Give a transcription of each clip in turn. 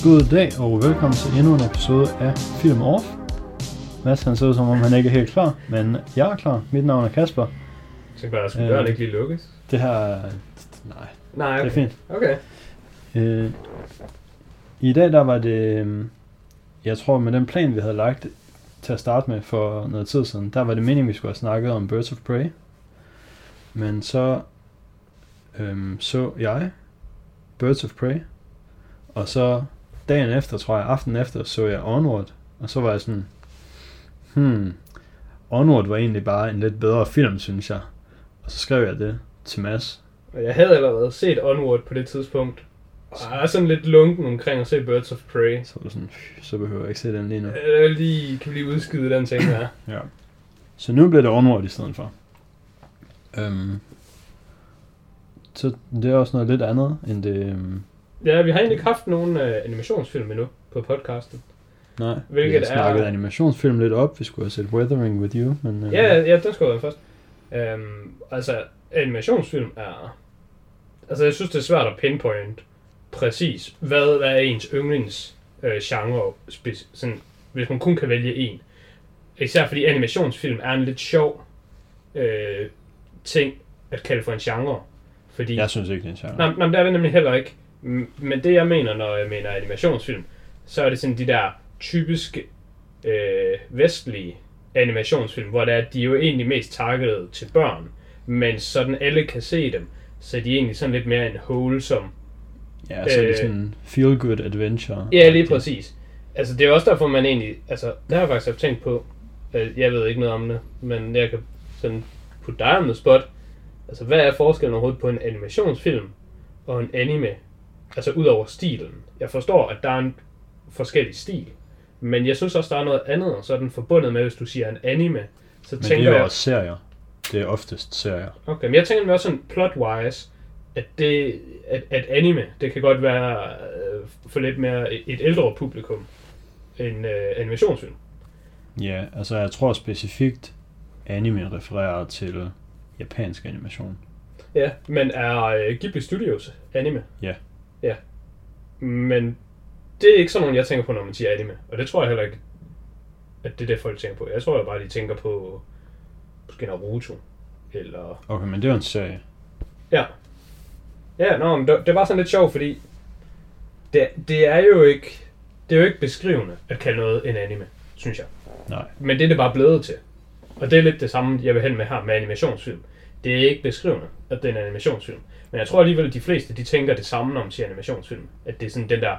God dag og velkommen til endnu en episode af Film Off. Mads han ser ud som om han ikke er helt klar, men jeg er klar. Mit navn er Kasper. Jeg tænker bare, at døren ikke lige lukkes. Det her... Nej, okay. Det er fint. Okay. I dag der var det... Jeg tror med den plan vi havde lagt til at starte med for noget tid siden, der var det meningen vi skulle have snakket om Birds of Prey. Men så så jeg Birds of Prey, og så dagen efter, tror jeg, aftenen efter, så jeg Onward, og så var jeg sådan, Onward var egentlig bare en lidt bedre film, synes jeg. Og så skrev jeg det til Mads. Jeg havde allerede set Onward på det tidspunkt, og jeg er sådan lidt lunken omkring at se Birds of Prey. Så var du sådan, så behøver jeg ikke se den lige nu. Kan vi lige udskyde den ting her? Ja. Så nu bliver det Onward i stedet for. Så det er også noget lidt andet end det... Ja, vi har egentlig ikke haft nogen animationsfilm endnu på podcasten. Nej, vi har snakket animationsfilm lidt op. Vi skulle have set Weathering with You, men... Ja, den skulle være først. Altså, animationsfilm er... Altså, jeg synes, det er svært at pinpoint præcis, hvad er ens yndlings genre, sådan, hvis man kun kan vælge en. Især fordi animationsfilm er en lidt sjov ting at kalde for en genre. Fordi, jeg synes ikke, det er en genre. Nej, det er det nemlig heller ikke. Men det jeg mener, når jeg mener animationsfilm, så er det sådan de der typiske vestlige animationsfilm, hvor de er jo egentlig mest targeted til børn, men sådan alle kan se dem, så de er egentlig sådan lidt mere en wholesome. Ja, så er det sådan en feel-good adventure. Ja, lige præcis. Altså det er også derfor, man egentlig, altså det har jeg faktisk tænkt på, jeg ved ikke noget om det, men jeg kan sådan putte dig on the spot. Altså hvad er forskellen overhovedet på en animationsfilm og en anime? Altså ud over stilen. Jeg forstår, at der er en forskellig stil, men jeg synes også, der er noget andet, sådan forbundet med, hvis du siger en anime, så men tænker det er jo også serier. Det er oftest serier. Okay, men jeg tænker også sådan plot-wise, at anime, det kan godt være for lidt mere et ældre publikum end animationsfilm. Ja, altså jeg tror specifikt, anime refererer til japansk animation. Ja, men er Ghibli Studios anime? Ja. Ja. Men det er ikke sådan nogen, jeg tænker på, når man siger anime. Og det tror jeg heller ikke, at det er det, folk tænker på. Jeg tror bare, de tænker på måske Naruto. Eller... Okay, men det er jo en serie. Ja. Ja, men det var sådan lidt sjovt, fordi det er jo ikke beskrivende at kalde noget en anime, synes jeg. Nej. Men det er det bare blevet til. Og det er lidt det samme, jeg vil hen med her med animationsfilm. Det er ikke beskrivende, at det er en animationsfilm. Men jeg tror alligevel, at de fleste de tænker det samme, når man siger animationsfilm. At det er sådan den der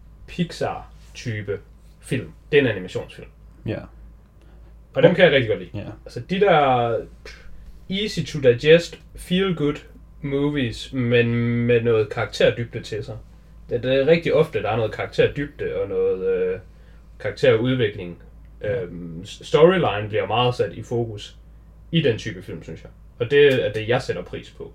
Pixar-type film. Det er en animationsfilm. Ja. Og dem kan jeg rigtig godt lide. Ja. Altså de der easy to digest, feel good movies, men med noget karakterdybde til sig. Det er rigtig ofte, der er noget karakterdybde og noget karakterudvikling. Storyline bliver meget sat i fokus i den type film, synes jeg. Og det er det, jeg sætter pris på.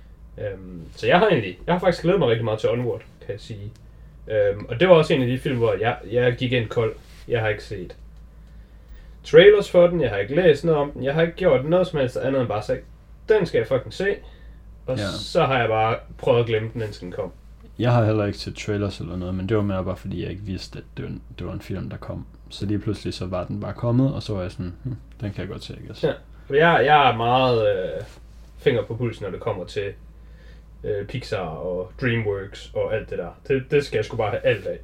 Så jeg har faktisk glædet mig rigtig meget til Onward, kan jeg sige. Og det var også en af de film, hvor jeg gik ind kold. Jeg har ikke set trailers for den, jeg har ikke læst noget om den, jeg har ikke gjort noget som helst andet end bare sagt, den skal jeg fucking se. Og så har jeg bare prøvet at glemme den, indtil den kom. Jeg har heller ikke set trailers eller noget, men det var mere bare fordi, jeg ikke vidste, at det var en film, der kom. Så lige pludselig så var den bare kommet, og så var jeg sådan, den kan jeg godt se, ikke? Ja, jeg er meget finger på pulsen, når det kommer til Pixar og DreamWorks og alt det der. Det skal jeg sgu bare have alt af.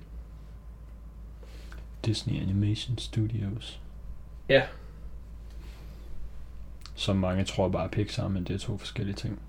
Disney Animation Studios. Ja. Som mange tror bare er Pixar, men det er to forskellige ting.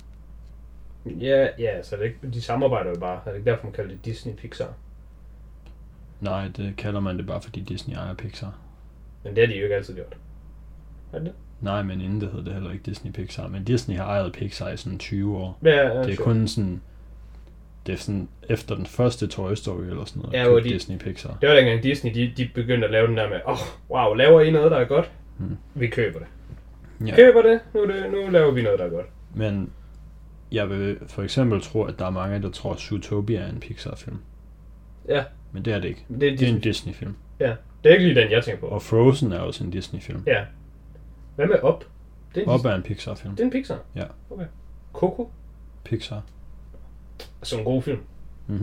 Ja, så det ikke, de samarbejder jo bare. Er det ikke derfor, man kalder det Disney Pixar? Nej, det kalder man det bare, fordi Disney ejer Pixar. Men det har de jo ikke altid gjort. Er det? Nej, men inden det hed det heller ikke Disney Pixar. Men Disney har ejet Pixar i sådan 20 år. Ja, det er kun sådan... Det er sådan efter den første Toy Story eller sådan noget, Disney Pixar. Det var dengang Disney, de begyndte at lave den der med, wow, laver I noget, der er godt? Vi køber det. Ja. Køber det, nu laver vi noget, der er godt. Men jeg vil for eksempel tro, at der er mange, der tror, at Zootopia er en Pixar-film. Ja. Men det er det ikke. Det er en Disney-film. Ja, det er ikke lige den, jeg tænker på. Og Frozen er også en Disney-film. Ja. Hvad med Up? Up er en Pixar-film. Det er en Pixar? Ja. Okay. Coco? Pixar. Altså en god film. Mhm.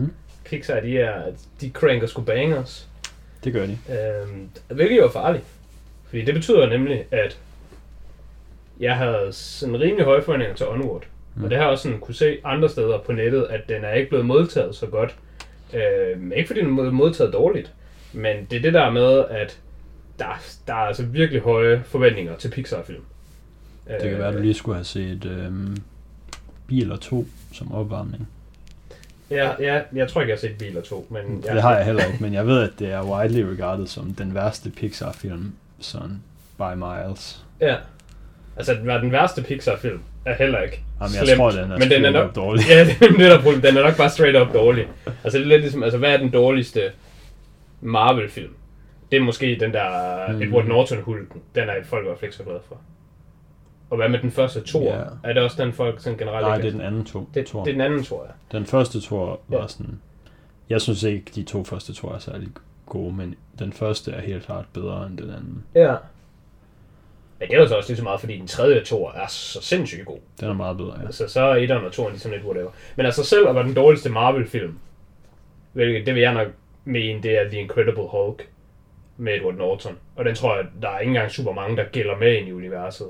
Pixar, de cranker sgu bangers. Det gør de. Hvilket jo er farligt. Fordi det betyder nemlig, at jeg havde sådan rimelig høje forventninger til Onward. Og det har jeg også sådan kunne se andre steder på nettet, at den er ikke blevet modtaget så godt. Ikke fordi den er modtaget dårligt, men det er det der med, at der er altså virkelig høje forventninger til Pixar-film. Det kan være, at du lige skulle have set Biler 2 som opvarmning. Ja, jeg tror ikke, jeg har set Biler 2. Men det har jeg heller ikke, men jeg ved, at det er widely regarded som den værste Pixar-film, sådan by miles. Ja, altså den værste Pixar-film er heller ikke Jamen, slemt. Jeg tror, den er straight up dårlig. Ja, det er det der problem. Den er nok bare straight up dårlig. Altså det er lidt ligesom, altså hvad er den dårligste Marvel-film? Det er måske den der Edward Norton-hulken. Den er folk i hvert fald ikke så glade for. Og hvad med den første Thor? Ja. Er det også den folk sådan generelt Nej, ikke? det er den anden Thor. Det er den anden Thor, ja. Den første Thor var sådan... Jeg synes ikke, de 2 første Thor er særlig gode, men den første er helt klart bedre end den anden. Ja. Men det er jo så også lige så meget, fordi den tredje Thor er så sindssygt god. Den er meget bedre, ja. Så er 1'eren og 2'eren ligesom lidt whatever. Men altså selv at være den dårligste Marvel-film, hvilket det vil jeg nok mene, det er The Incredible Hulk med Edward Norton. Og den tror jeg, der er ikke engang super mange, der gælder med ind i universet.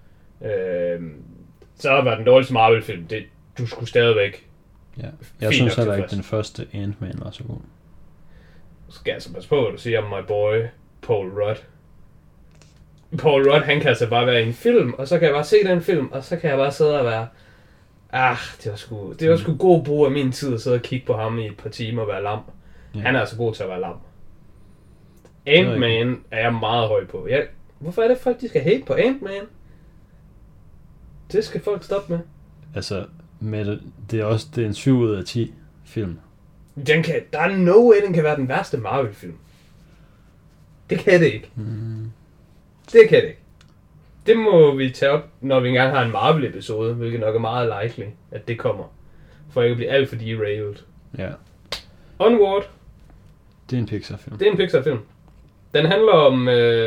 Så at være den dårligste Marvel-film, du skulle stadigvæk... Ja. Jeg synes heller ikke, den første Ant-Man var så god. Så skal jeg altså passe på, hvad du siger om my boy, Paul Rudd. Paul Rudd, han kan altså bare være i en film, og så kan jeg bare se den film, og så kan jeg bare sidde og være... det var sgu god brug af min tid at sidde og kigge på ham i et par timer og være lam. Ja. Han er altså god til at være lam. Ant-Man er jeg meget høj på. Hvorfor er det folk, de skal hate på Ant-Man? Det skal folk stoppe med. Altså, det er en 7 ud af 10 film. Der er no way, den kan være den værste Marvel-film. Det kan det ikke. Det kan det ikke. Det må vi tage op, når vi engang har en Marvel-episode, hvilket nok er meget likely, at det kommer. For ikke at blive alt for derailed. Ja. Onward. Det er en Pixar-film. Det er en Pixar-film. Den handler om...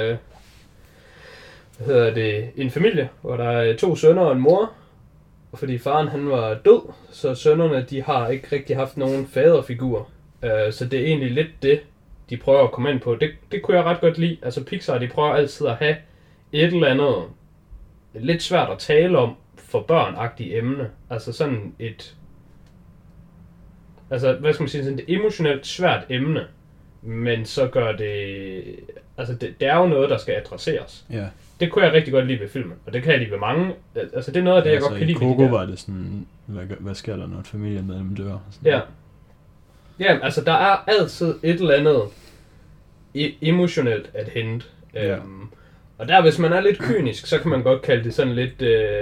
en familie, hvor der er 2 sønner og en mor. Og fordi faren han var død, så sønnerne de har ikke rigtig haft nogen faderfigur. Så det er egentlig lidt det, de prøver at komme ind på. Det kunne jeg ret godt lide. Altså Pixar, de prøver altid at have et eller andet lidt svært at tale om for børn-agtige emne. Altså sådan et... Altså, hvad skal man sige, sådan et emotionelt svært emne. Men så gør det... Altså, det er jo noget, der skal adresseres. Ja. Det kunne jeg rigtig godt lide ved filmen, og det kan jeg lide ved mange. Altså, det er noget af det, jeg godt kan lide ved Coco var det sådan, hvad sker der, når et familiemedlem dør? Ja. Ja, altså, der er altid et eller andet emotionelt at hente. Ja. Og der, hvis man er lidt kynisk, så kan man godt kalde det sådan lidt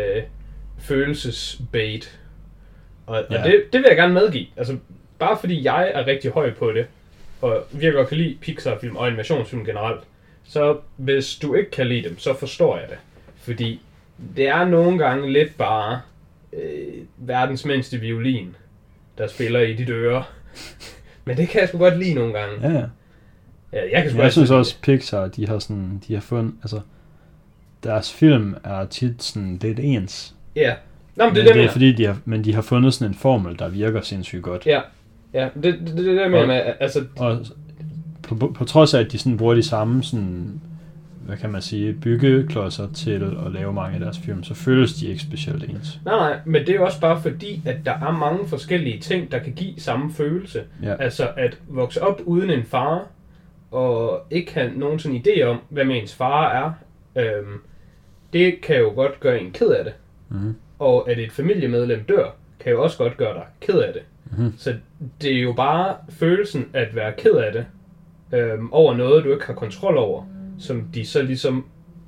følelsesbait. Og det vil jeg gerne medgive. Altså, bare fordi jeg er rigtig høj på det, og virkelig godt kan lide Pixar-film og animationsfilm generelt, så hvis du ikke kan lide dem, så forstår jeg det. Fordi det er nogle gange lidt bare verdens mindste violin, der spiller i dit øre. Men det kan jeg sgu godt lide nogle gange. Ja. Jeg synes også, Pixar, de har fundet, altså, deres film er tit sådan lidt ens. Ja. Nå, men det er fordi, de har fundet sådan en formel, der virker sindssygt godt. Ja. Ja, det der med, altså... Og på trods af, at de sådan bruger de samme sådan, hvad kan man sige, byggeklodser til at lave mange af deres film, så føles de ikke specielt ens. Nej, men det er jo også bare fordi, at der er mange forskellige ting, der kan give samme følelse. Ja. Altså at vokse op uden en far, og ikke have nogen sådan idé om, hvem ens far er, det kan jo godt gøre en ked af det. Mm-hmm. Og at et familiemedlem dør, kan jo også godt gøre dig ked af det. Mm-hmm. Så det er jo bare følelsen at være ked af det, over noget, du ikke har kontrol over, som de så ligesom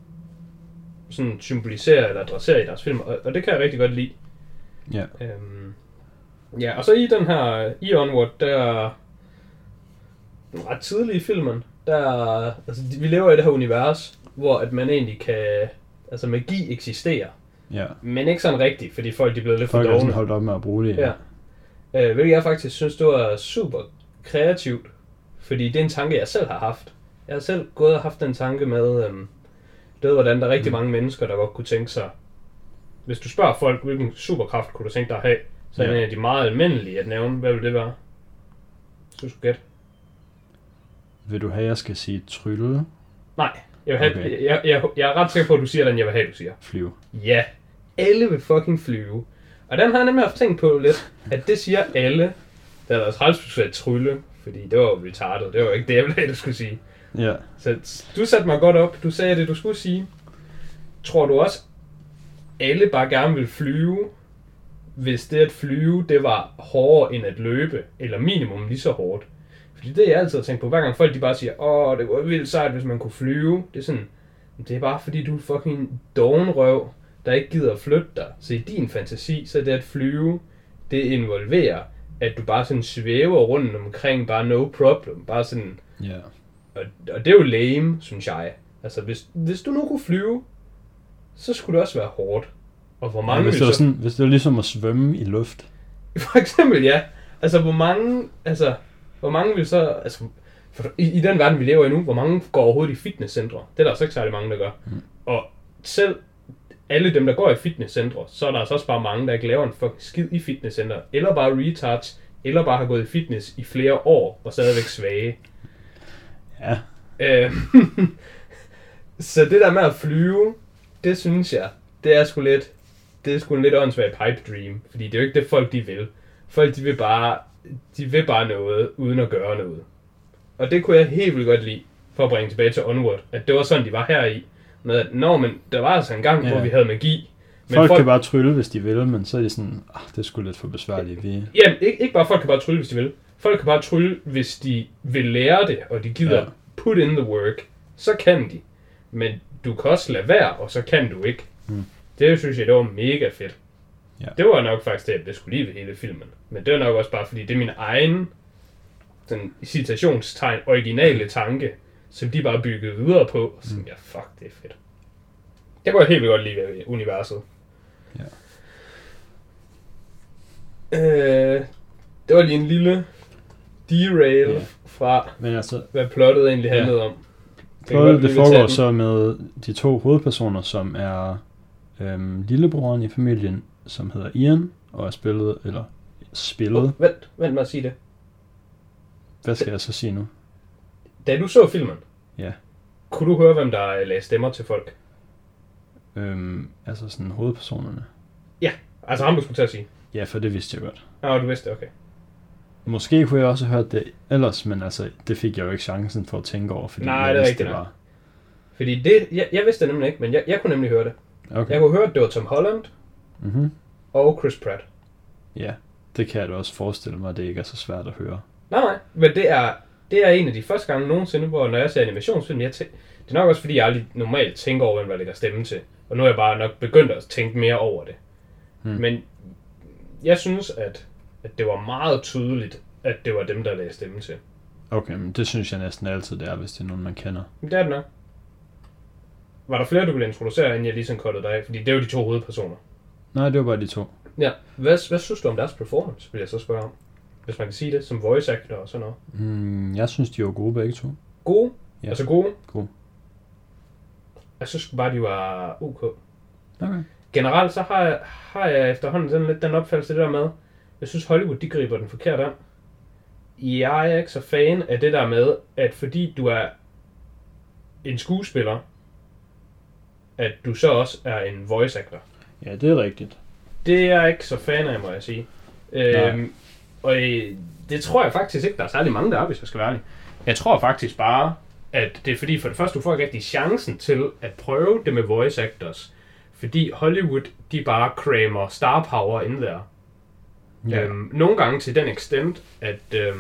sådan symboliserer eller adresserer i deres film, og det kan jeg rigtig godt lide. Ja. Ja, og så i den her, i Onward, der er ret tidlig i filmen, altså vi lever i det her univers, hvor at man egentlig kan, altså magi eksisterer. Ja. Men ikke sådan rigtigt, fordi folk de er blevet lidt for dovne. Folk har sådan holdt op med at bruge det. Ja. Hvilket jeg faktisk synes, det var super kreativt, fordi det er en tanke, jeg selv har haft. Jeg har selv gået og haft den tanke med, det hvordan der er rigtig mange mennesker, der godt kunne tænke sig, hvis du spørger folk, hvilken superkraft kunne du tænke dig at have, så er en af de meget almindelige at nævne, hvad vil det være? hvis du skulle gætte. Vil du have, at jeg skal sige trylle? Nej, jeg er ret sikker på, at du siger den, jeg vil have, du siger. Flyve. Ja, alle vil fucking flyve. Og den har jeg nemlig haft tænkt på lidt, at det siger alle. Det er også træls, du skulle trylle, fordi det var jo retarded. Det var jo ikke det, jeg ville have, du skulle sige. Ja. Så du satte mig godt op. Du sagde det, du skulle sige. Tror du også, alle bare gerne vil flyve, hvis det at flyve, det var hårdere end at løbe, eller minimum lige så hårdt? Fordi det jeg altid har tænkt på, hver gang folk de bare siger, det var vildt sejt, hvis man kunne flyve. Det er sådan, det er bare fordi du er fucking dovenrøv, der ikke gider at flytte dig. Så i din fantasi, så er det at flyve, det involverer, at du bare sådan svæver rundt omkring, bare no problem, bare sådan. Ja. Og det er jo lame, synes jeg. Altså hvis du nu kunne flyve, så skulle det også være hårdt. Og hvor mange hvis det var ligesom at svømme i luft. For eksempel, ja. Altså hvor mange vil så, altså i den verden vi lever i nu, hvor mange går overhovedet i fitnesscentre? Det er der altså ikke særlig mange der gør. Og selv alle dem der går i fitnesscentre, så er der altså også bare mange der ikke laver en fucking skid i fitnesscenter, eller bare retards, eller bare har gået i fitness i flere år og stadigvæk svage. Ja. Så det der med at flyve, det synes jeg, det er sgu en lidt åndssvag pipe dream, fordi det er jo ikke det folk de vil. Folk de vil bare noget uden at gøre noget. Og det kunne jeg helt vildt godt lide, for at bringe tilbage til Onward, at det var sådan de var her i. Med at, men der var altså en gang, hvor vi havde magi. Men folk kan bare trylle, hvis de vil, men så er de sådan, det er sgu lidt for besværligt. Jamen, ikke bare folk kan bare trylle, hvis de vil. Folk kan bare trylle, hvis de vil lære det, og de gider put in the work. Så kan de. Men du kan også lade være, og så kan du ikke. Det synes jeg, det var mega fedt. Ja. Det var nok faktisk det, at det skulle lige ved hele filmen. Men det var nok også bare, fordi det er min egen sådan, citationstegn, originale tanke, som de bare byggede videre på. Så fuck, det er fedt. Det kunne jeg helt vildt godt lide ved universet. Ja. Det var lige en lille derail fra, hvad plottet egentlig handlede om. Plottet det foregår så med de to hovedpersoner, som er lillebroren i familien, som hedder Ian, og er spillet. Vent med at sige det. Hvad skal jeg så sige nu? Da du så filmen, kunne du høre, hvem der lagde stemmer til folk? Altså sådan hovedpersonerne? Ja, altså ham du skulle til at sige. Ja, for det vidste jeg godt. Du vidste det, okay. Måske kunne jeg også have hørt det ellers, men altså, det fik jeg jo ikke chancen for at tænke over, fordi nej, det er rigtigt. Fordi det, jeg vidste det nemlig ikke, men jeg kunne nemlig høre det. Okay. Jeg kunne høre, at det var Tom Holland og Chris Pratt. Ja, det kan jeg da også forestille mig, at det ikke er så svært at høre. Nej, men det er en af de første gange nogensinde, hvor når jeg ser animationsfilm, det er nok også fordi, jeg aldrig normalt tænker over, hvem der lægger stemme til. Og nu er jeg bare nok begyndt at tænke mere over det. Men jeg synes, at det var meget tydeligt, at det var dem, der lagde stemme til. Okay, men det synes jeg næsten altid, det er, hvis det er nogen, man kender. Det er det nok. Var der flere, du ville introducere, inden jeg lige sådan cuttede dig? Fordi det er jo de to hovedpersoner. Nej, det var bare de to. Ja. Hvad synes du om deres performance, vil jeg så spørge om? Hvis man kan sige det, som voice actor og sådan noget. Jeg synes, de var gode begge to. Gode? Ja. Altså gode? Gode. Jeg synes bare, de var ok. Okay. Generelt så har jeg efterhånden sådan lidt den opfattelse det der med, jeg synes Hollywood, de griber den forkert an. Jeg er ikke så fan af det der med, at fordi du er en skuespiller, at du så også er en voice actor. Ja, det er rigtigt. Det er jeg ikke så fan af, må jeg sige. Og det tror jeg faktisk ikke, der er særlig mange der er, hvis jeg skal være ærlig. Jeg tror faktisk bare, at det er fordi, for det første, du får ikke rigtig chancen til at prøve det med voice actors. Fordi Hollywood, de bare cramer star power in there. Ja. Nogle gange til den extent, at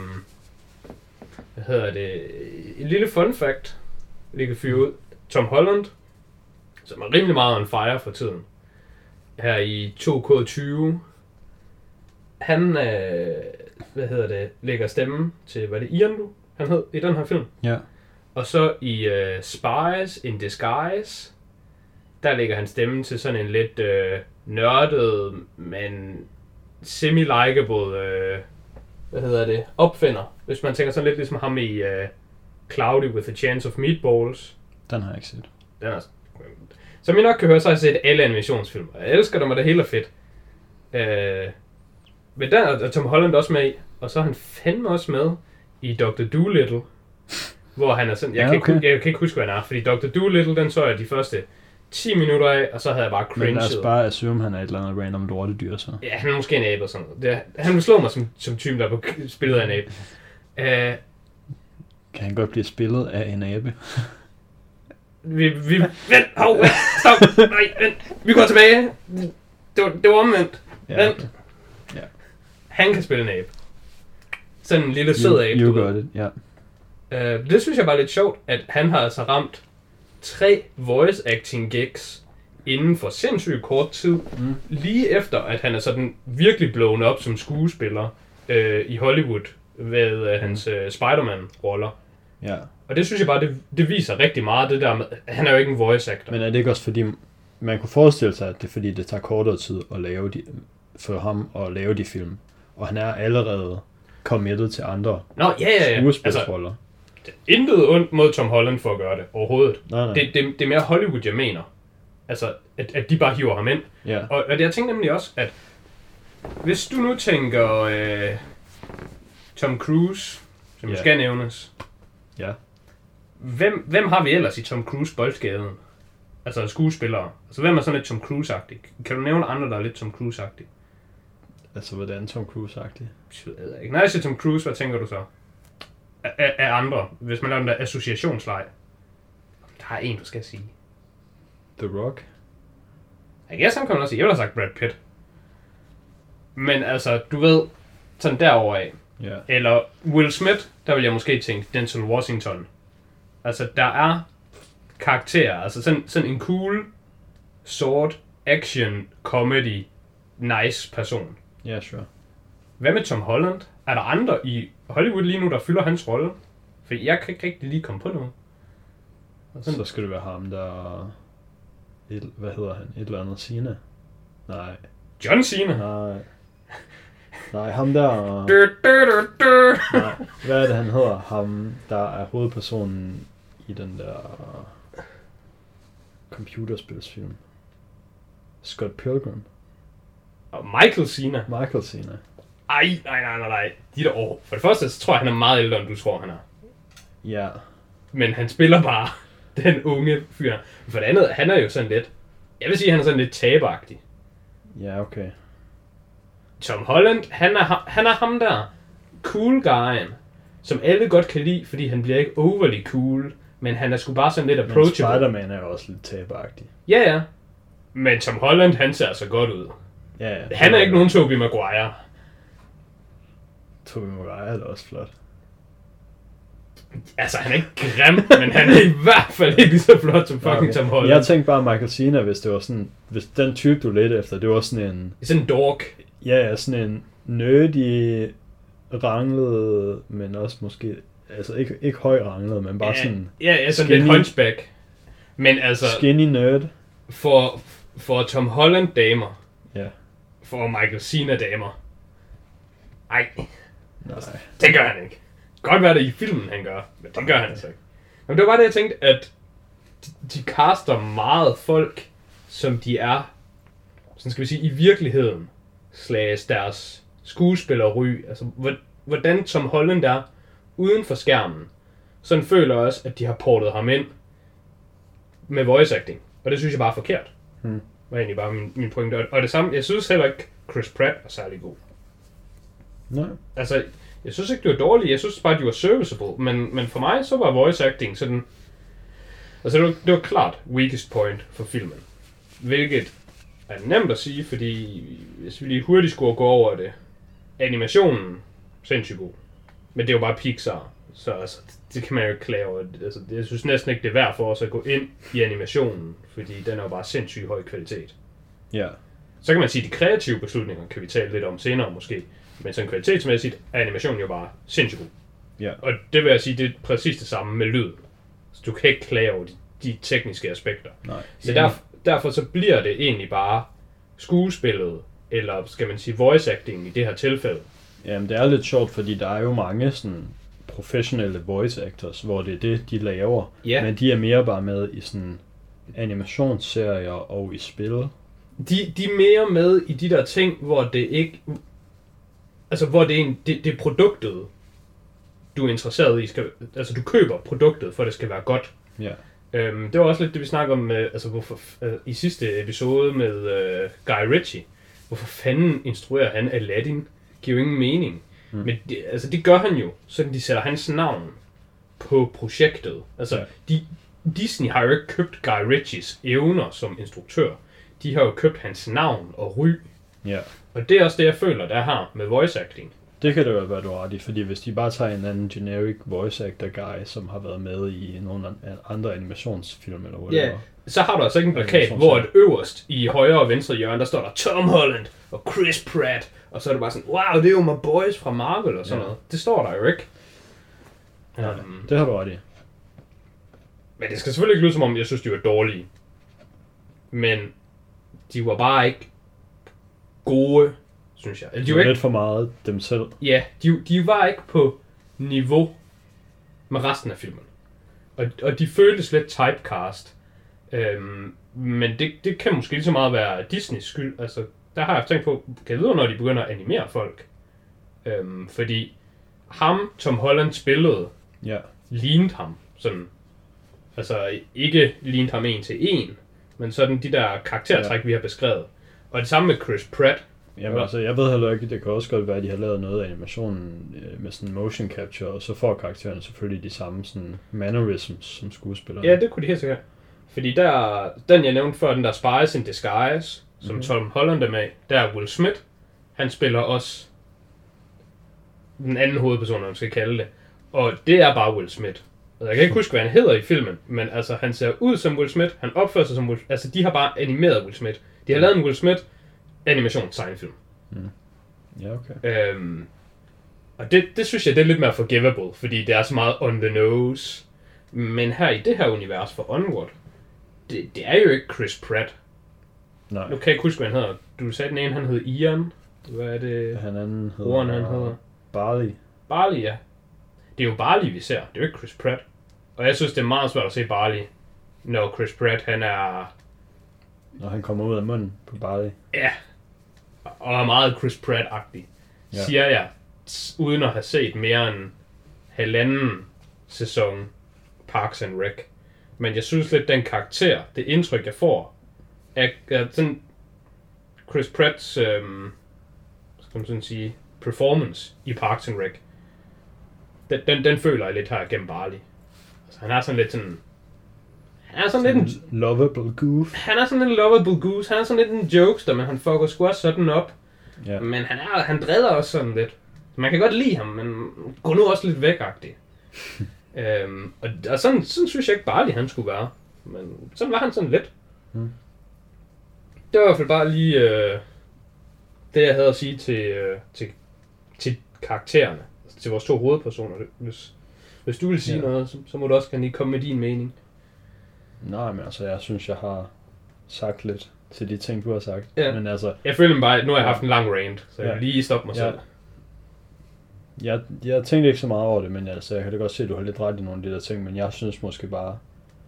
en lille fun fact, vi kan fyre ud. Tom Holland, som er rimelig meget on fire for tiden, her i 2K20, han lægger stemme til, hvad det Ian han hed i den her film. Ja. Og så i Spies in Disguise, der lægger han stemme til sådan en lidt nørdet, men semi-likeable, opfinder. Hvis man tænker sådan lidt ligesom ham i Cloudy with a Chance of Meatballs. Den har jeg ikke set. Den er, som I nok kan høre, så har jeg set alle animationsfilm. Jeg elsker dem, og det hele er fedt. Men den er Tom Holland også med i, og så er han fandme også med i Dr. Dolittle, hvor han er sådan... Jeg kan ikke huske, hvad han er, fordi Dr. Dolittle, den så jeg de første 10 minutter af, og så havde jeg bare cringed. Men lad os bare assume, han er et eller andet random lortedyr, så. Ja, han er måske en abe og sådan noget. Han vil slå mig som typen, der er på spillet af en abe. Kan han godt blive spillet af en abe? Vent, stop, nej, vent, vi går tilbage. Det var omvendt. Ja, vent. okay. Ja. Han kan spille en abe. Sådan en lille sød abe. You got it, ja. Det synes jeg bare er lidt sjovt, at han har altså ramt 3 voice acting gigs inden for sindssygt kort tid, lige efter at han er sådan virkelig blown op som skuespiller i Hollywood ved hans Spider-Man-roller. Ja. Og det synes jeg bare, det viser rigtig meget det der med, han er jo ikke en voice actor. Men er det ikke også fordi, man kunne forestille sig, at det er fordi, det tager kortere tid at lave for ham at lave de film, og han er allerede committed til andre skuespilsroller. Altså, intet ondt mod Tom Holland for at gøre det, overhovedet. Nej. Det er mere Hollywood, jeg mener. Altså, at de bare hiver ham ind. Ja. Og jeg tænker nemlig også, at hvis du nu tænker Tom Cruise, som skal nævnes. Ja. Hvem har vi ellers i Tom Cruise boldskaden? Altså skuespillere. Altså hvem er sådan lidt Tom Cruise-agtig? Kan du nævne andre, der er lidt Tom Cruise-agtig? Altså hvordan Tom Cruise-agtig? Jeg ved ikke. Når jeg siger Tom Cruise, hvad tænker du så? Af andre, hvis man laver den der associationsleg. Der er en, du skal sige. The Rock? Jeg guess, han kan også sige. Jeg ville have sagt Brad Pitt. Men altså, du ved, sådan derovre af. Ja. Eller Will Smith, der vil jeg måske tænke Denzel Washington. Altså, der er karakterer. Altså sådan en cool, sort, action, comedy, nice person. Ja, yeah, sure. Hvad med Tom Holland? Er der andre i Hollywood lige nu, der fylder hans rolle? For jeg kan ikke rigtig lige komme på nogen. Så skal det være ham, der... Hvad hedder han? Et eller andet Cena? Nej. John Cena? Nej, ham der... Nej, hvad er det, han hedder? Ham, der er hovedpersonen i den der... computerspilsfilm. Scott Pilgrim. Og Michael Cena. Ej. De der år. For det første, så tror jeg, han er meget ældre, end du tror, han er. Ja. Men han spiller bare den unge fyr. For det andet, han er jo sådan lidt... Jeg vil sige, han er sådan lidt taberagtig. Ja, okay. Tom Holland, han er ham der cool guyen, som alle godt kan lide, fordi han bliver ikke overly cool, men han er sgu bare sådan lidt approachable. Men Spider-Man er jo også lidt taberagtig. Ja. Men Tom Holland, han ser altså godt ud. Ja. Han er ikke nogen Tobey Maguire. Tobey Maguire er også flot. Altså, han er ikke grim, men han er i hvert fald ikke lige så flot som fucking Tom Holland. Jeg tænkte bare Michael Cena, hvis det var sådan... Hvis den type, du ledte efter, det var sådan en... Sådan en dork. Ja, sådan en nerdy, ranglet, men også måske... Altså, ikke høj ranglet, men bare sådan... Ja, sådan lidt hunchback. Men altså... Skinny nerd. For Tom Holland damer. Ja. For Michael Cena damer. Ej. Nej. Det gør han ikke. Godt være det i filmen, han gør, men det gør han altså ikke. Men det var bare det, jeg tænkte, at de caster meget folk, som de er, sådan skal vi sige, i virkeligheden, slags deres skuespillerry. Altså, hvordan Tom Holland er uden for skærmen. Sådan føler jeg også, at de har portet ham ind med voice acting. Og det synes jeg bare er forkert. Var egentlig bare min pointe. Og det samme, jeg synes heller ikke, Chris Pratt er særlig god. Nej. Altså, jeg synes ikke, det var dårligt. Jeg synes bare, de var serviceable. Men for mig, så var voice acting sådan... Altså, det var klart weakest point for filmen. Hvilket er nemt at sige, fordi hvis vi lige hurtigt skulle gå over det. Animationen, sindssygt god. Men det er jo bare Pixar. Så altså, det kan man jo ikke klage over. Altså, jeg synes næsten ikke, det er værd for os at gå ind i animationen. Fordi den er jo bare sindssygt høj kvalitet. Ja. Så kan man sige, at de kreative beslutninger kan vi tale lidt om senere måske. Men sådan kvalitetsmæssigt er animationen jo bare sindssygt god. Ja. Og det vil jeg sige, det er præcis det samme med lyd. Så du kan ikke klage over de tekniske aspekter. Nej. Så derfor så bliver det egentlig bare skuespillet, eller skal man sige voice acting i det her tilfælde. Jamen det er lidt sjovt, fordi der er jo mange sådan professionelle voice actors, hvor det er det, de laver. Ja. Men de er mere bare med i sådan animationsserier og i spil. De er mere med i de der ting, hvor det ikke... Altså, hvor det er produktet, du er interesseret i, altså du køber produktet, for at det skal være godt. Ja. Det var også lidt det, vi snakkede om altså hvorfor, i sidste episode med Guy Ritchie. Hvorfor fanden instruerer han Aladdin? Giver jo ingen mening. Men det gør han jo, sådan de sætter hans navn på projektet. Altså, Disney har jo ikke købt Guy Ritchies evner som instruktør. De har jo købt hans navn og ry. Ja. Og det er også det, jeg føler, der har med voice acting. Det kan det jo være, du har ret i, fordi hvis de bare tager en anden generic voice actor guy, som har været med i nogle andre animationsfilm eller whatever. Ja, så har du altså ikke en plakat, hvor et øverst i højre og venstre hjørne, der står der Tom Holland og Chris Pratt, og så er det bare sådan, wow, det er jo my boys fra Marvel og sådan noget. Det står der jo ikke. Ja, det har du ret i. Men det skal selvfølgelig ikke lyde som om, jeg synes, de var dårlige. Men de var bare ikke gode, synes jeg. De var lidt for meget dem selv. Ja, de var ikke på niveau med resten af filmen. Og de føltes lidt typecast. Men det kan måske lige så meget være Disneys skyld. Altså, der har jeg tænkt på, kan jeg vide, når de begynder at animere folk. Fordi ham, Tom Holland spillede, lignede ham sådan. Altså ikke lignede ham en til en, men sådan de der karaktertræk, vi har beskrevet. Og det samme med Chris Pratt. Jamen altså, jeg ved heller ikke, det kan også godt være, at de har lavet noget af animationen med sådan motion capture, og så får karaktererne selvfølgelig de samme sådan mannerisms som skuespillere. Ja, det kunne de helt sikkert. Fordi den jeg nævnte før, den der Spies in Disguise, som Tom Holland er med, der er Will Smith. Han spiller også den anden hovedperson, man skal kalde det. Og det er bare Will Smith. Jeg kan ikke huske, hvad han hedder i filmen, men altså, han ser ud som Will Smith, han opfører sig som Will Smith. Altså, de har bare animeret Will Smith. De har lavet en Will Smith animations-tegnefilm. Ja, okay. Og det synes jeg, det er lidt mere forgivable, fordi det er så meget on the nose. Men her i det her univers for Onward, det er jo ikke Chris Pratt. Nej. Nu kan jeg ikke huske, hvad han hedder. Du sagde den ene, han hed Ian. Hvad er det? Han anden hedder Barley. Barley, ja. Det er jo Barley, vi ser. Det er jo ikke Chris Pratt. Og jeg synes, det er meget svært at se Barley, når Chris Pratt, han er... Når han kommer ud af munden på Barley. Ja. Og er meget Chris Pratt-agtig. Ja. Siger jeg, uden at have set mere end halvanden sæson Parks and Rec. Men jeg synes lidt, den karakter, det indtryk, jeg får, er sådan Chris Pratts, skal man sådan sige, performance i Parks and Rec. Den føler jeg lidt her gennem Barley. Altså, han er sådan lidt sådan... Han er sådan lidt en... Lovable goof. Han er sådan lidt lovable goose. Han er sådan lidt en jokester, men han fucker sgu også sådan op. Ja. Men han driller også sådan lidt. Man kan godt lide ham, men går nu også lidt væk-agtig. Og sådan synes jeg ikke Barley han skulle være. Men sådan var han sådan lidt. Det var i hvert fald bare lige det, jeg havde at sige til karaktererne. Altså til vores to hovedpersoner. Hvis du vil sige noget, så må du også gerne lige komme med din mening. Nej, men altså, jeg synes, jeg har sagt lidt til de ting, du har sagt. Ja. Men altså... Jeg føler bare, at nu har jeg haft en lang rant, så jeg vil lige stoppe mig selv. Jeg tænkte ikke så meget over det, men altså, jeg kan da godt se, at du har lidt ret i nogle af de der ting, men jeg synes måske bare,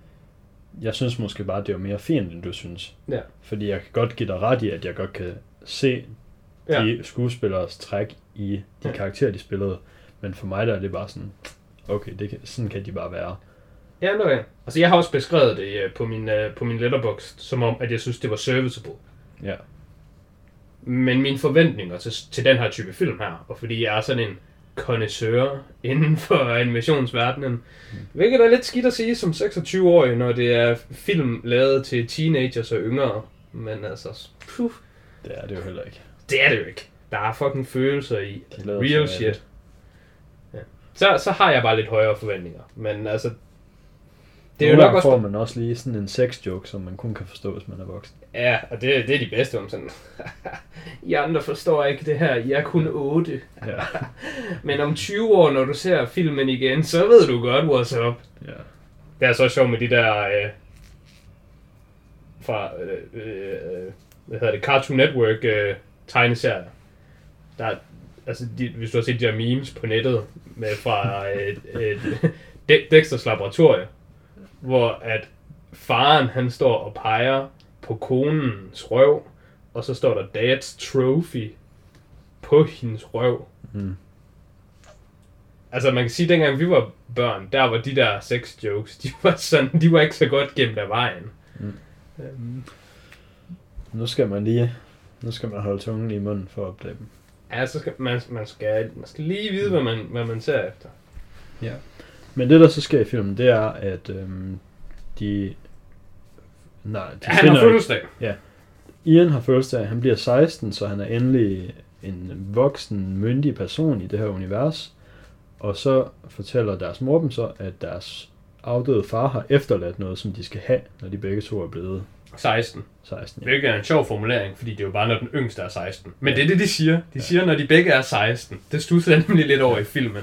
det var mere fint, end du synes. Ja. Fordi jeg kan godt give dig ret i, at jeg godt kan se de skuespilleres træk i de karakterer, de spillede. Men for mig der er det bare sådan, okay, sådan kan de bare være. Ja, okay. Altså jeg har også beskrevet det på min Letterboxd, som om, at jeg synes, det var serviceable. Ja. Men mine forventninger til den her type film her, og fordi jeg er sådan en connoisseur inden for animationsverdenen, hvilket er lidt skidt at sige som 26-årig, når det er film lavet til teenagers og yngre. Men altså, det er det jo heller ikke. Det er det jo ikke. Der er fucking følelser i. Real shit. Ja. Så har jeg bare lidt højere forventninger. Men altså, det er jo nok også... får man også lige sådan en sex-joke, som man kun kan forstå, hvis man er voksen. Ja, og det er de bedste om sådan... I andre forstår ikke det her, jeg er kun 8. Ja. Men om 20 år, når du ser filmen igen, så ved du godt, what's up. Ja. Det er så sjovt med de der... fra... hvad hedder det? Cartoon Network tegneserier. Der altså, hvis du har set de der memes på nettet med fra Dexters laboratorie, hvor at faren han står og peger på konens røv, og så står der Dad's Trophy på hendes røv. Altså man kan sige, at dengang vi var børn, der var de der sex jokes, de var ikke så godt gemt af vejen. Nu skal man holde tungen i munden for at opdage dem. Ja, så skal man skal lige vide, hvad man ser efter. Ja. Men det der så sker i filmen, det er, at de han har fødselsdag. Ja. Ian har fødselsdag, han bliver 16, så han er endelig en voksen, myndig person i det her univers. Og så fortæller deres mor dem så, at deres afdøde far har efterladt noget, som de skal have, når de begge to er blevet 16. Ja. Hvilket er en sjov formulering, fordi det er jo bare, når den yngste er 16. Men det er det, de siger. De siger, når de begge er 16. Det studser jeg nemlig lidt over i filmen.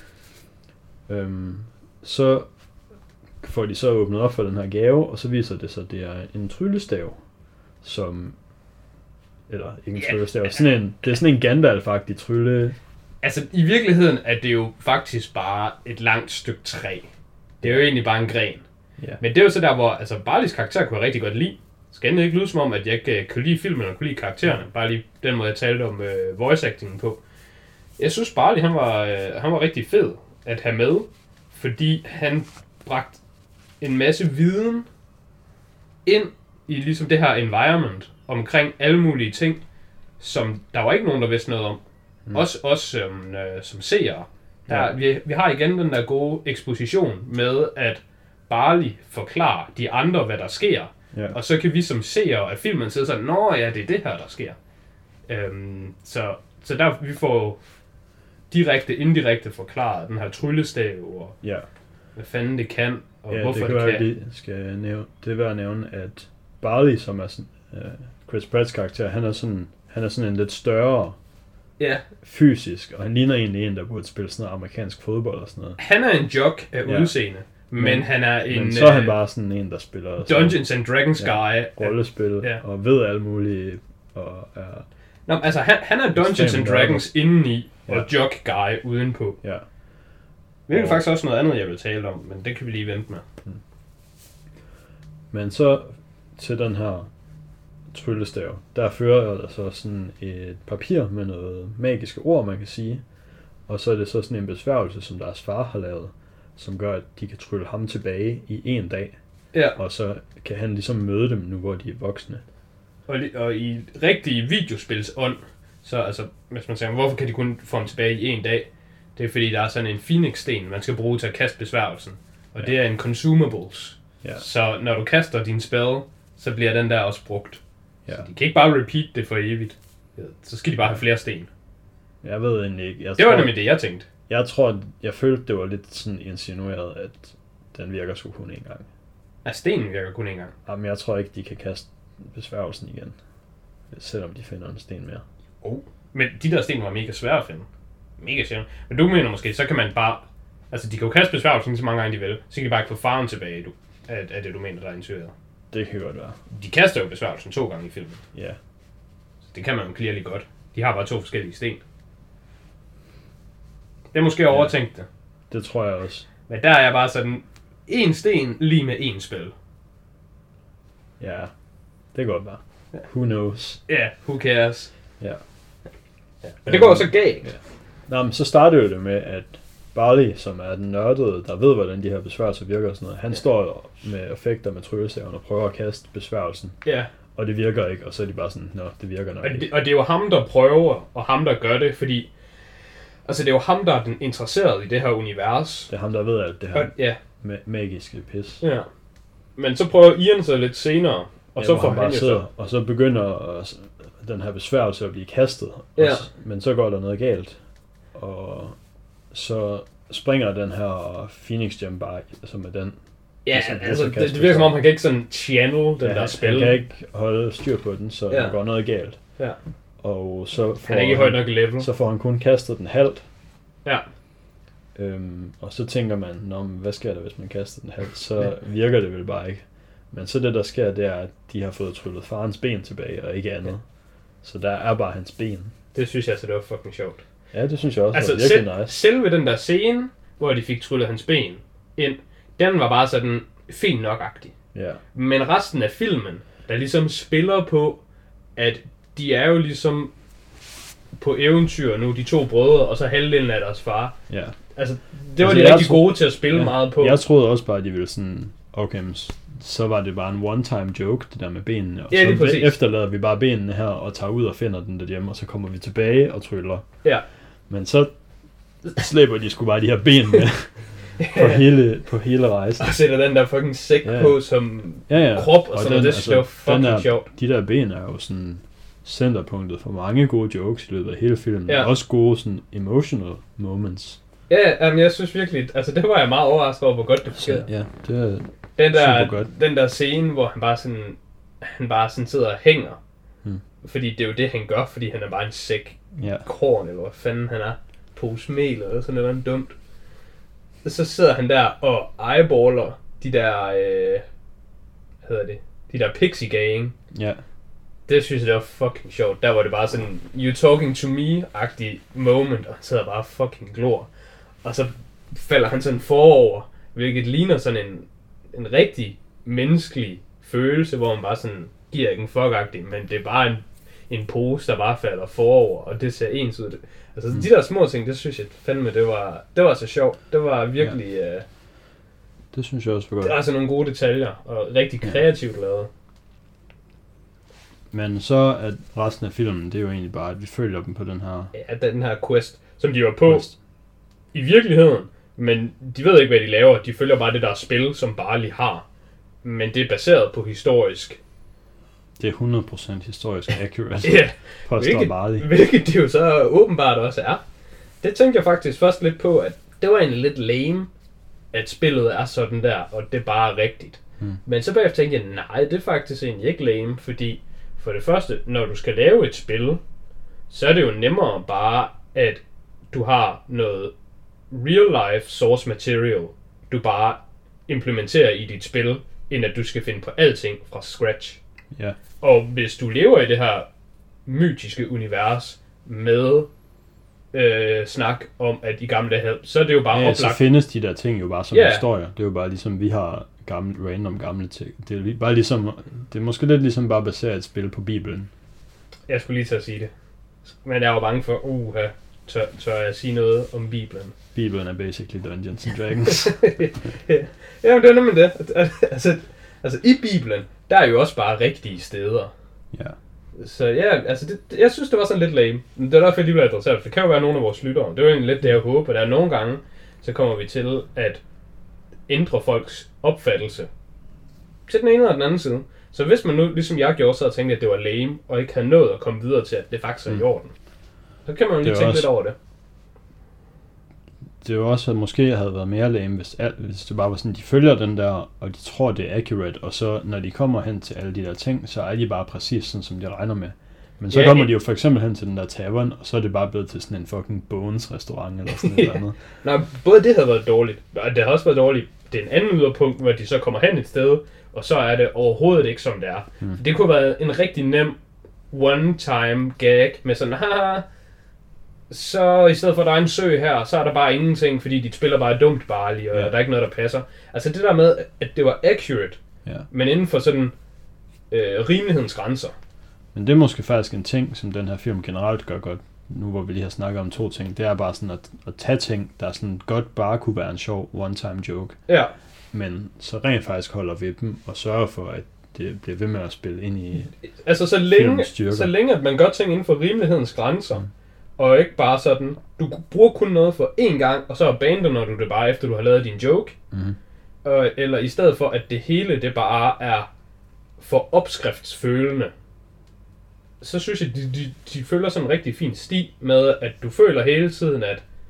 Så får de så åbnet op for den her gave, og så viser det sig, at det er en tryllestav, som... Eller ikke en tryllestav, det er sådan en Gandalf-agtig trylle... Altså, i virkeligheden er det jo faktisk bare et langt stykke træ. Det er jo egentlig bare en gren. Ja. Men det er jo så der, hvor altså, Barleys karakter kunne jeg rigtig godt lide. Skal endelig ikke lyde som om, at jeg ikke kunne lide filmen og kunne lide karaktererne. Bare lige den måde, jeg talte om voice actingen på. Jeg synes, Barley, han var rigtig fed at have med, fordi han bragte en masse viden ind i ligesom det her environment omkring alle mulige ting, som der var ikke nogen, der vidste noget om. Også som seere. Vi har igen den der gode eksposition med, at Barley forklarer de andre, hvad der sker. Ja. Og så kan vi som seere af filmen sidde sådan, nå ja, det er det her, der sker. Så der vi får indirekte forklaret den her tryllestav, og hvad fanden det kan, og hvorfor det kan. Det er værd at nævne, at Barley, som er sådan, Chris Pratts karakter, han er sådan en lidt større fysisk, og han ligner egentlig en, der burde spille sådan noget amerikansk fodbold og sådan noget. Han er en jock af udseende, men han er en... Men så er han bare sådan en, der spiller... Dungeons and Dragons guy. Rollespil, og ved alt muligt, og er... Nå, altså han er Dungeons and Dragons indeni, og jock guy udenpå. Ja. Hvilket faktisk også noget andet, jeg vil tale om, men det kan vi lige vente med. Men så til den her tryllestav, der fører der så sådan et papir med noget magiske ord, man kan sige. Og så er det så sådan en besværgelse, som deres far har lavet, som gør, at de kan trylle ham tilbage i en dag. Ja. Og så kan han ligesom møde dem nu, hvor de er voksne. Og i rigtige videospilsånd, så altså, hvis man siger, hvorfor kan de kun få ham tilbage i en dag? Det er fordi, der er sådan en Phoenix-sten, man skal bruge til at kaste besværgelsen. Og det er en consumables. Ja. Så når du kaster din spell, så bliver den der også brugt. Ja. Så de kan ikke bare repeat det for evigt. Så skal de bare have flere sten. Jeg ved egentlig ikke. Det var nemlig det, jeg tænkte. Jeg følte, det var lidt sådan insinueret, at den virker sgu kun én gang. Ja, stenen virker kun én gang. Jamen, jeg tror ikke, de kan kaste besværgelsen igen. Selvom de finder en sten mere. Men de der sten var mega svære at finde. Mega sjældent. Men du mener måske, så kan man bare... Altså, de kan jo kaste besværgelsen så mange gange, de vil. Så kan de bare ikke få faren tilbage, af det, du mener, der er intueret. Det kan godt være. De kaster jo besværgelsen 2 gange i filmen. Ja. Så det kan man jo clearly godt. De har bare 2 forskellige sten. Det er måske overtænkt det. Det tror jeg også. Men der er jeg bare sådan... 1 sten lige med 1 spil. Ja, det kan godt være. Ja. Who knows? Ja, who cares? Ja. Men det går så galt. Ja. Nå, men så starter det med, at Barley, som er den nørdede, der ved, hvordan de her besværgelser virker og sådan noget, han står med effekter med tryllestaven og prøver at kaste besværgelsen. Ja. Og det virker ikke, og så er de bare sådan, nå, det virker nok ikke. Og det er jo ham, der prøver, og ham, der gør det, fordi... Altså, det er jo ham, der er den interesseret i det her univers. Det er ham, der ved alt det her magiske pis. Ja. Men så prøver Ian så lidt senere, og så får han så... Og så begynder den her besværgelse at blive kastet. Ja. Men så går der noget galt. Og så springer den her Phoenix Gem bare, som er den. Ja, altså det virker som om, han kan ikke sådan channel den der spil. Han kan ikke holde styr på den, så der går noget galt. Ja. Og så får han er ikke højt nok level. Så får han kun kastet den halvt. Ja. Og så tænker man, hvad sker der, hvis man kaster den halvt? Så virker det vel bare ikke. Men så det, der sker, det er, at de har fået tryllet farens ben tilbage, og ikke andet. Så der er bare hans ben. Det synes jeg, så det var fucking sjovt. Ja, det synes jeg også var virkelig nice. Selve den der scene, hvor de fik tryllet hans ben ind, den var bare sådan fint nok-agtig. Ja. Men resten af filmen, der ligesom spiller på, at de er jo ligesom på eventyr nu, de 2 brødre, og så halvdelen af deres far. Ja. Altså, det var de rigtig gode til at spille meget på. Jeg troede også bare, at de ville sådan, okay, så var det bare en one-time joke, det der med benene. Og ja, så efterlader vi bare benene her, og tager ud og finder den derhjemme, og så kommer vi tilbage og tryller. Ja. Men så slæber de sgu bare de her ben med på hele rejsen. Og sætter den der fucking sæk på som krop, og sådan noget. Det synes jeg var fucking sjovt. De der ben er jo sådan centerpunktet for mange gode jokes i løbet af hele filmen. Ja. Også gode sådan emotional moments. Ja, men jeg synes virkelig, altså det var jeg meget overrasket over, hvor godt det fungerede. Ja, det er super godt. Den der scene, hvor han bare sådan sidder og hænger. Fordi det er jo det, han gør, fordi han er bare en sæk korn, eller hvad fanden han er. Pose mel, eller sådan noget dumt. Så sidder han der og eyeballer de der, de der pixie gang. Ja. Det synes jeg, det var fucking sjovt. Der var det bare sådan, you talking to me-agtig moment, og han sidder bare fucking glor. Og så falder han sådan forover, hvilket ligner sådan en rigtig menneskelig følelse, hvor man bare sådan giver ikke en fuck-agtig, men det er bare en pose, der bare falder forover, og det ser ens ud. Altså de der små ting, det synes jeg fandme, det var så sjovt. Det var virkelig... det synes jeg også var godt. Det er altså nogle gode detaljer, og rigtig kreativt lavet. Men så er resten af filmen, det er jo egentlig bare, at vi følger dem på den her... Ja, den her quest, som de var på i virkeligheden, men de ved ikke, hvad de laver. De følger bare det der spil, som Barley har. Men det er baseret på historisk. Det er 100% historisk accurate. Ja, hvilket det jo så åbenbart også er. Det tænkte jeg faktisk først lidt på, at det var egentlig lidt lame, at spillet er sådan der, og det er bare rigtigt. Men så bagefter tænkte jeg, nej, det er faktisk egentlig ikke lame, fordi for det første, når du skal lave et spil, så er det jo nemmere bare, at du har noget real life source material, du bare implementerer i dit spil, end at du skal finde på alting fra scratch. Ja. Og hvis du lever i det her mytiske univers med snak om, at i gamle dage, så er det jo bare oplagt. Så findes de der ting jo bare som historier. Det er jo bare ligesom, vi har random gamle ting. Det er bare ligesom, det er måske lidt ligesom bare baseret et spil på Bibelen. Jeg skulle lige til at sige det. Men jeg var bange for, tør jeg sige noget om Bibelen? Bibelen er basically Dungeons and Dragons. Ja, men det er nemlig det. Altså i Bibelen, der er jo også bare rigtige steder. Ja. Så ja, altså jeg synes, det var sådan lidt lame. Men det er derfor, jeg lige vil adressere det. Det kan jo være nogle af vores lyttere. Det er jo egentlig lidt det, jeg håber. Der er nogle gange, så kommer vi til at ændre folks opfattelse til den ene eller den anden side. Så hvis man nu, ligesom jeg gjorde, så og tænkte, at det var lame, og ikke havde nået at komme videre til, at det faktisk er i orden, så kan man jo lige tænke lidt over det. Det er jo også, at måske havde været mere lame, hvis det bare var sådan, de følger den der, og de tror, det er accurate, og så når de kommer hen til alle de der ting, så er de bare præcis sådan, som de regner med. Men så kommer de jo for eksempel hen til den der tavern, og så er det bare blevet til sådan en fucking Bones restaurant, eller sådan noget andet. Nej, både det havde været dårligt, og det har også været dårligt. Det er en anden yderpunkt, hvor de så kommer hen et sted, og så er det overhovedet ikke, som det er. Det kunne have været en rigtig nem one-time gag med sådan, haha, så i stedet for, at der er en sø her, så er der bare ingenting, fordi de spiller bare dumt Barley, og der er ikke noget, der passer. Altså det der med, at det var accurate, men inden for sådan rimelighedens grænser. Men det er måske faktisk en ting, som den her film generelt gør godt, nu hvor vi lige har snakket om to ting. Det er bare sådan at tage ting, der sådan godt bare kunne være en sjov one-time joke. Ja. Men så rent faktisk holder ved dem, og sørger for, at det bliver ved med at spille ind i altså så længe at man gør ting inden for rimelighedens grænser, og ikke bare sådan, du bruger kun noget for én gang, og så abandoner du det bare efter du har lavet din joke. Eller i stedet for, at det hele det bare er for opskriftsfølende, så synes jeg, de følger sådan en rigtig fin sti med, at du føler hele tiden,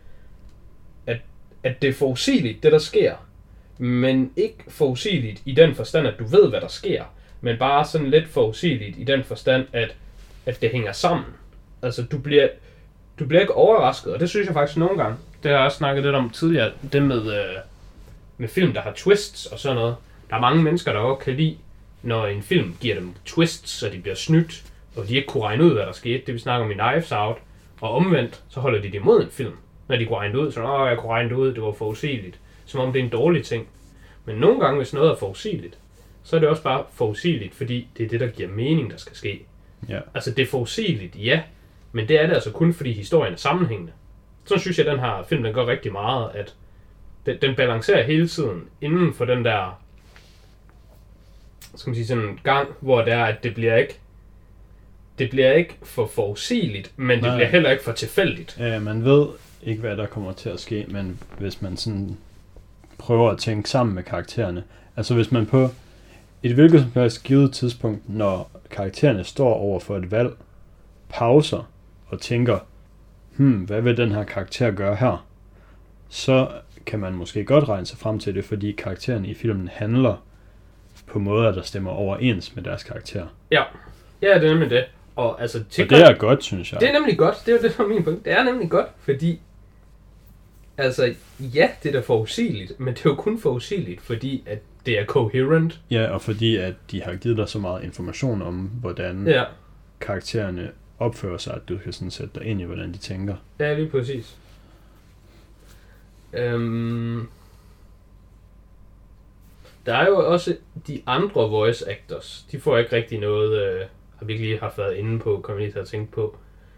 at det er forudsigeligt, det der sker. Men ikke forudsigeligt i den forstand, at du ved, hvad der sker. Men bare sådan lidt forudsigeligt i den forstand, at det hænger sammen. Altså, du bliver ikke overrasket, og det synes jeg faktisk nogle gange. Det har jeg også snakket lidt om tidligere, det med film, der har twists og sådan noget. Der er mange mennesker, der også kan lide, når en film giver dem twists, så de bliver snydt, og de ikke kunne regne ud, hvad der skete. Det vi snakker om i Knives Out. Og omvendt, så holder de det imod en film, når de kunne regne det ud. Så jeg kunne regne det ud, det var forudsigeligt. Som om det er en dårlig ting. Men nogle gange, hvis noget er forudsigeligt, så er det også bare forudsigeligt, fordi det er det, der giver mening, der skal ske. Ja. Altså, det er forudsigeligt, ja. Men det er det altså kun, fordi historien er sammenhængende. Så synes jeg, at den her film, den gør rigtig meget, at den balancerer hele tiden inden for den der, skal man sige, sådan en gang, hvor det er, at det bliver ikke for forudsigeligt, men det bliver heller ikke for tilfældigt. Ja, man ved ikke, hvad der kommer til at ske, men hvis man sådan prøver at tænke sammen med karaktererne, altså hvis man på et hvilket som helst givet tidspunkt, når karaktererne står over for et valg, pauser og tænker, hvad vil den her karakter gøre her? Så kan man måske godt regne sig frem til det, fordi karaktererne i filmen handler på måder, der stemmer overens med deres karakter. Ja, det er nemlig det. Og, altså, og det er godt, synes jeg. Det er nemlig godt, det er jo det, der er min punkt. Det er nemlig godt, fordi altså, ja, det er da forudsigeligt, men det er jo kun forudsigeligt, fordi at det er coherent. Ja, og fordi at de har givet dig så meget information om, hvordan karaktererne opfører sig, at du kan sådan sætte dig ind i, hvordan de tænker. Ja, lige præcis. Der er jo også de andre voice actors. De får ikke rigtig noget, har vi ikke lige haft været inde på, kommer lige til at tænke på.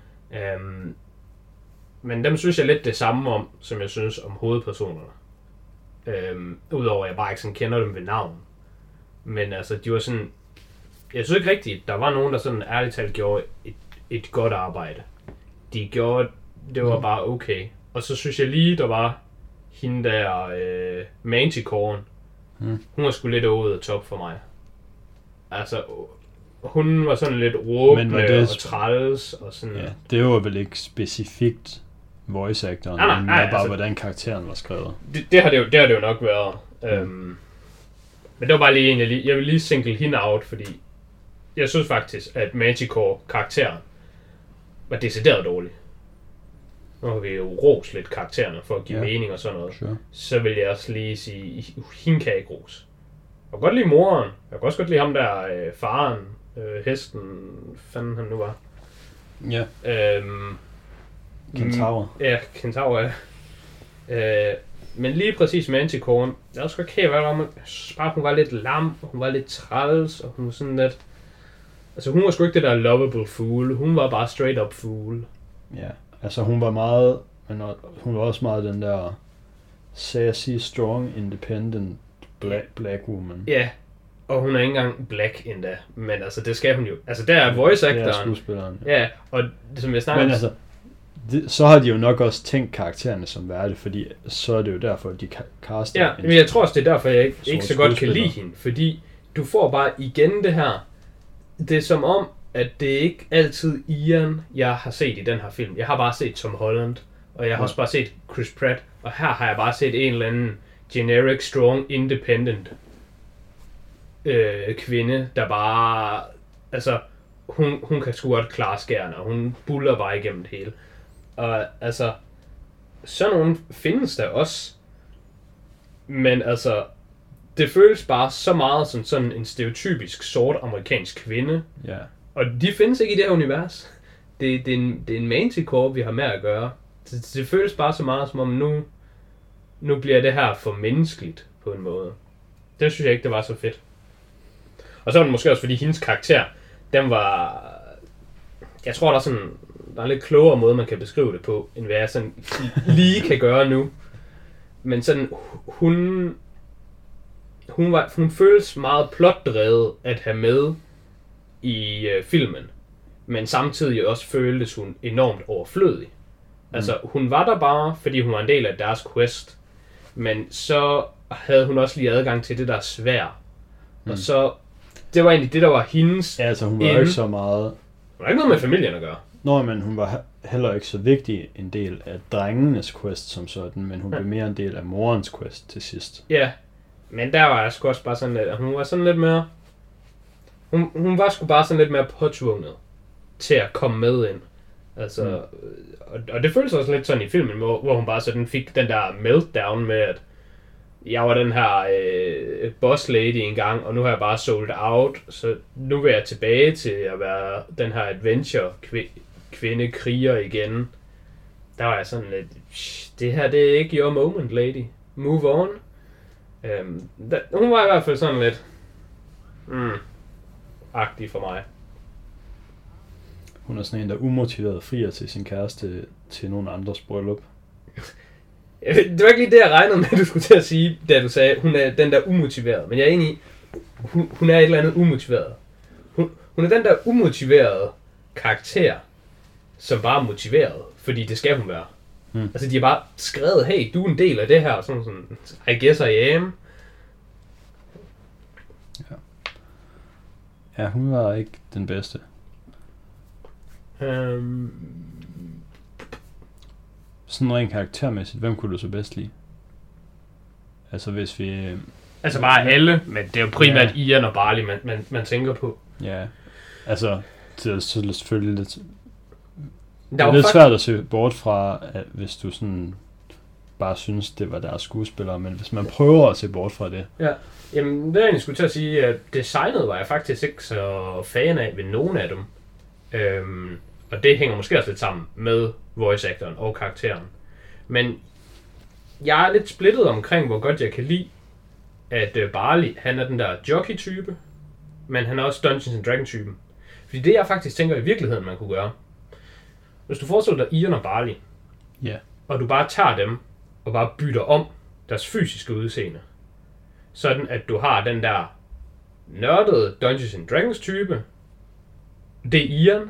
Men dem synes jeg lidt det samme om, som jeg synes om hovedpersonerne. Udover at jeg bare ikke sådan kender dem ved navn. Men altså, de var sådan... Jeg synes ikke rigtigt, der var nogen, der sådan ærligt talt gjorde et godt arbejde. De gjorde... Det var bare okay. Og så synes jeg lige, der var hende der Manticoren. Hun var sgu lidt over top for mig. Altså, hun var sådan lidt råbende og træls og sådan... Ja, det var vel ikke specifikt voice actoren, men bare altså, hvordan karakteren var skrevet. Det har det jo nok været. Men det var bare lige en, jeg vil lige single hende out, fordi jeg synes faktisk, at Manticore-karakteren var decideret dårlig. Nu har vi jo ros lidt karaktererne for at give mening og sådan noget. Sure. Så vil jeg også lige sige, hende kan ikke ros. Jeg kan godt lide moren. Jeg kan også godt lide ham der, faren, hesten, fanden han nu var. Ja. Kentaur. Ja, Kentaur, ja. Men lige præcis Manticoren, jeg også godt kære, hvad hun var lidt lam, hun var lidt træls, og hun var sådan lidt... Altså hun var sgu ikke det der lovable fool, hun var bare straight up fool. Ja, altså hun var meget, men hun var også meget den der sassy, strong, independent black woman. Ja, og hun er ikke engang black endda, men altså det skal hun jo. Altså der er voice actoren. Det er skuespilleren. Ja, og som jeg snakker men altså, så har de jo nok også tænkt karaktererne som værte, fordi så er det jo derfor, at de caster. Ja, men jeg tror også, det er derfor, jeg ikke så godt kan lide hende, fordi du får bare igen det her. Det er som om, at det ikke altid Ian, jeg har set i den her film. Jeg har bare set Tom Holland, og jeg har også bare set Chris Pratt, og her har jeg bare set en eller anden generic, strong, independent kvinde, der bare, altså, hun kan sgu godt klare skærene, og hun buller bare igennem det hele. Og altså, sådan nogen findes der også, men altså, det føles bare så meget som sådan en stereotypisk sort amerikansk kvinde. Ja. Og de findes ikke i det her univers. Det er en Manticore, vi har med at gøre. Det føles bare så meget som om nu bliver det her for menneskeligt på en måde. Det synes jeg ikke, det var så fedt. Og så var det måske også fordi hendes karakter, den var... Jeg tror, der er en lidt klogere måde, man kan beskrive det på, end hvad jeg sådan lige kan gøre nu. Men sådan, hun føles meget plotdrevet at have med i filmen. Men samtidig også føltes hun enormt overflødig. Altså, hun var der bare, fordi hun var en del af deres quest. Men så havde hun også lige adgang til det der svær. Og så... Det var egentlig det, der var hendes... Ja, altså hun var ikke så meget... Det var ikke noget med familien at gøre. Nå, men hun var heller ikke så vigtig en del af drengenes quest som sådan, men hun blev mere en del af morens quest til sidst. Ja, men der var jeg sgu også bare sådan lidt... Hun var sådan lidt mere... Hun var sgu bare sådan lidt mere påtvunget til at komme med ind. Altså... Og det føles også lidt sådan i filmen, hvor hun bare sådan fik den der meltdown med, at jeg var den her boss lady engang, og nu har jeg bare sold out, så nu vil jeg tilbage til at være den her adventure kvinde kriger igen. Der var jeg sådan lidt, det her det er ikke your moment, lady. Move on. Hun var i hvert fald sådan lidt agtig for mig. Hun er sådan en, der umotiveret frier til sin kæreste til nogle andres bryllup. Det var ikke lige det, jeg regnede med, du skulle til at sige, da du sagde, hun er den der umotiverede. Men jeg er enig i, hun er et eller andet umotiveret. Hun er den der umotiverede karakter, som bare er motiveret, fordi det skal hun være. Altså, de har bare skrevet, hey, du er en del af det her, sådan, I guess I am. Ja, hun var ikke den bedste. Sådan rent karaktermæssigt, hvem kunne du så bedst lide? Altså hvis vi... Altså bare alle, men det er jo primært Ian og Barley, man tænker på. Ja, altså det er selvfølgelig lidt... Det er lidt svært at se bort fra, at hvis du sådan bare synes, det var deres skuespillere, men hvis man prøver at se bort fra det. Ja, jamen det er egentlig skulle til at sige, at designet var jeg faktisk ikke så fan af ved nogen af dem. Og det hænger måske også lidt sammen med voice-actoren og karakteren. Men jeg er lidt splittet omkring, hvor godt jeg kan lide, at Barley, han er den der jockey-type, men han er også Dungeons & Dragons-typen. Fordi det jeg faktisk tænker i virkeligheden, man kunne gøre, hvis du forestiller dig Ian og Barley, og du bare tager dem, og bare bytter om deres fysiske udseende, sådan at du har den der nørdede Dungeons & Dragons-type, det er Ian,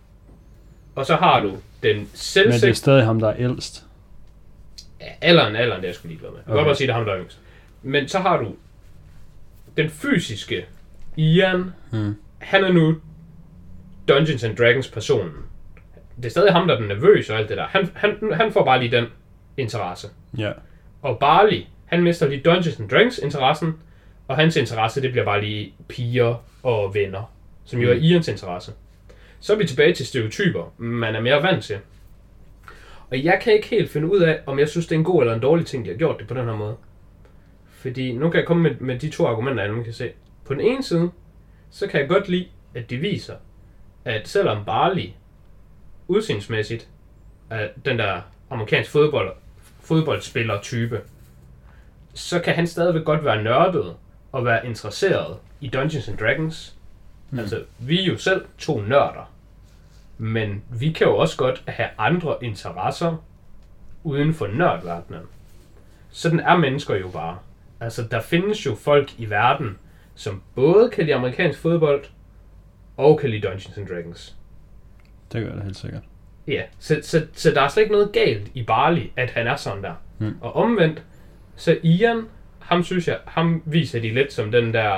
og så har du den selvsikre... Men det er stadig ham, der er ældst. Ja, alderen, det er jeg sgu ligeglad med. Jeg kan godt bare sige, det er ham, der er yngst. Men så har du den fysiske Ian. Han er nu Dungeons & Dragons personen. Det er stadig ham, der er den nervøs og alt det der. Han får bare lige den interesse. Ja. Og Barley, han mister lige Dungeons & Dragons interessen, og hans interesse, det bliver bare lige piger og venner, som jo er Ians interesse. Så er vi tilbage til stereotyper, man er mere vant til. Og jeg kan ikke helt finde ud af, om jeg synes, det er en god eller en dårlig ting, de har gjort det på den her måde. Fordi nu kan jeg komme med de to argumenter, man kan se. På den ene side, så kan jeg godt lide, at de viser, at selvom Barley udseendsmæssigt er den der amerikansk fodboldspiller-type, så kan han stadigvæk godt være nørdet og være interesseret i Dungeons & Dragons. Altså, vi er jo selv to nørder, men vi kan jo også godt have andre interesser uden for nørdverdenen. Sådan er mennesker jo bare. Altså, der findes jo folk i verden, som både kan lide amerikansk fodbold og kan lide Dungeons & Dragons. Det gør det helt sikkert. Ja, så der er slet ikke noget galt i Barley, at han er sådan der. Og omvendt, så Ian, ham viser de lidt som den der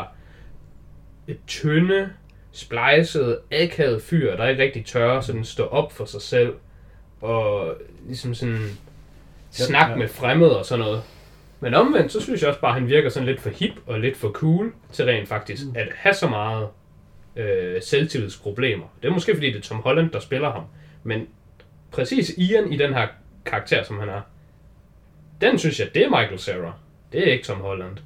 tynde, splejsede, akavede fyr, der ikke rigtig tør sådan stå op for sig selv, og ligesom sådan snak med fremmede og sådan noget. Men omvendt, så synes jeg også bare, at han virker sådan lidt for hip og lidt for cool til rent faktisk at have så meget selvtillidsproblemer. Det er måske fordi, det er Tom Holland, der spiller ham. Men præcis Ian i den her karakter, som han er, den synes jeg, det er Michael Cera. Det er ikke Tom Holland.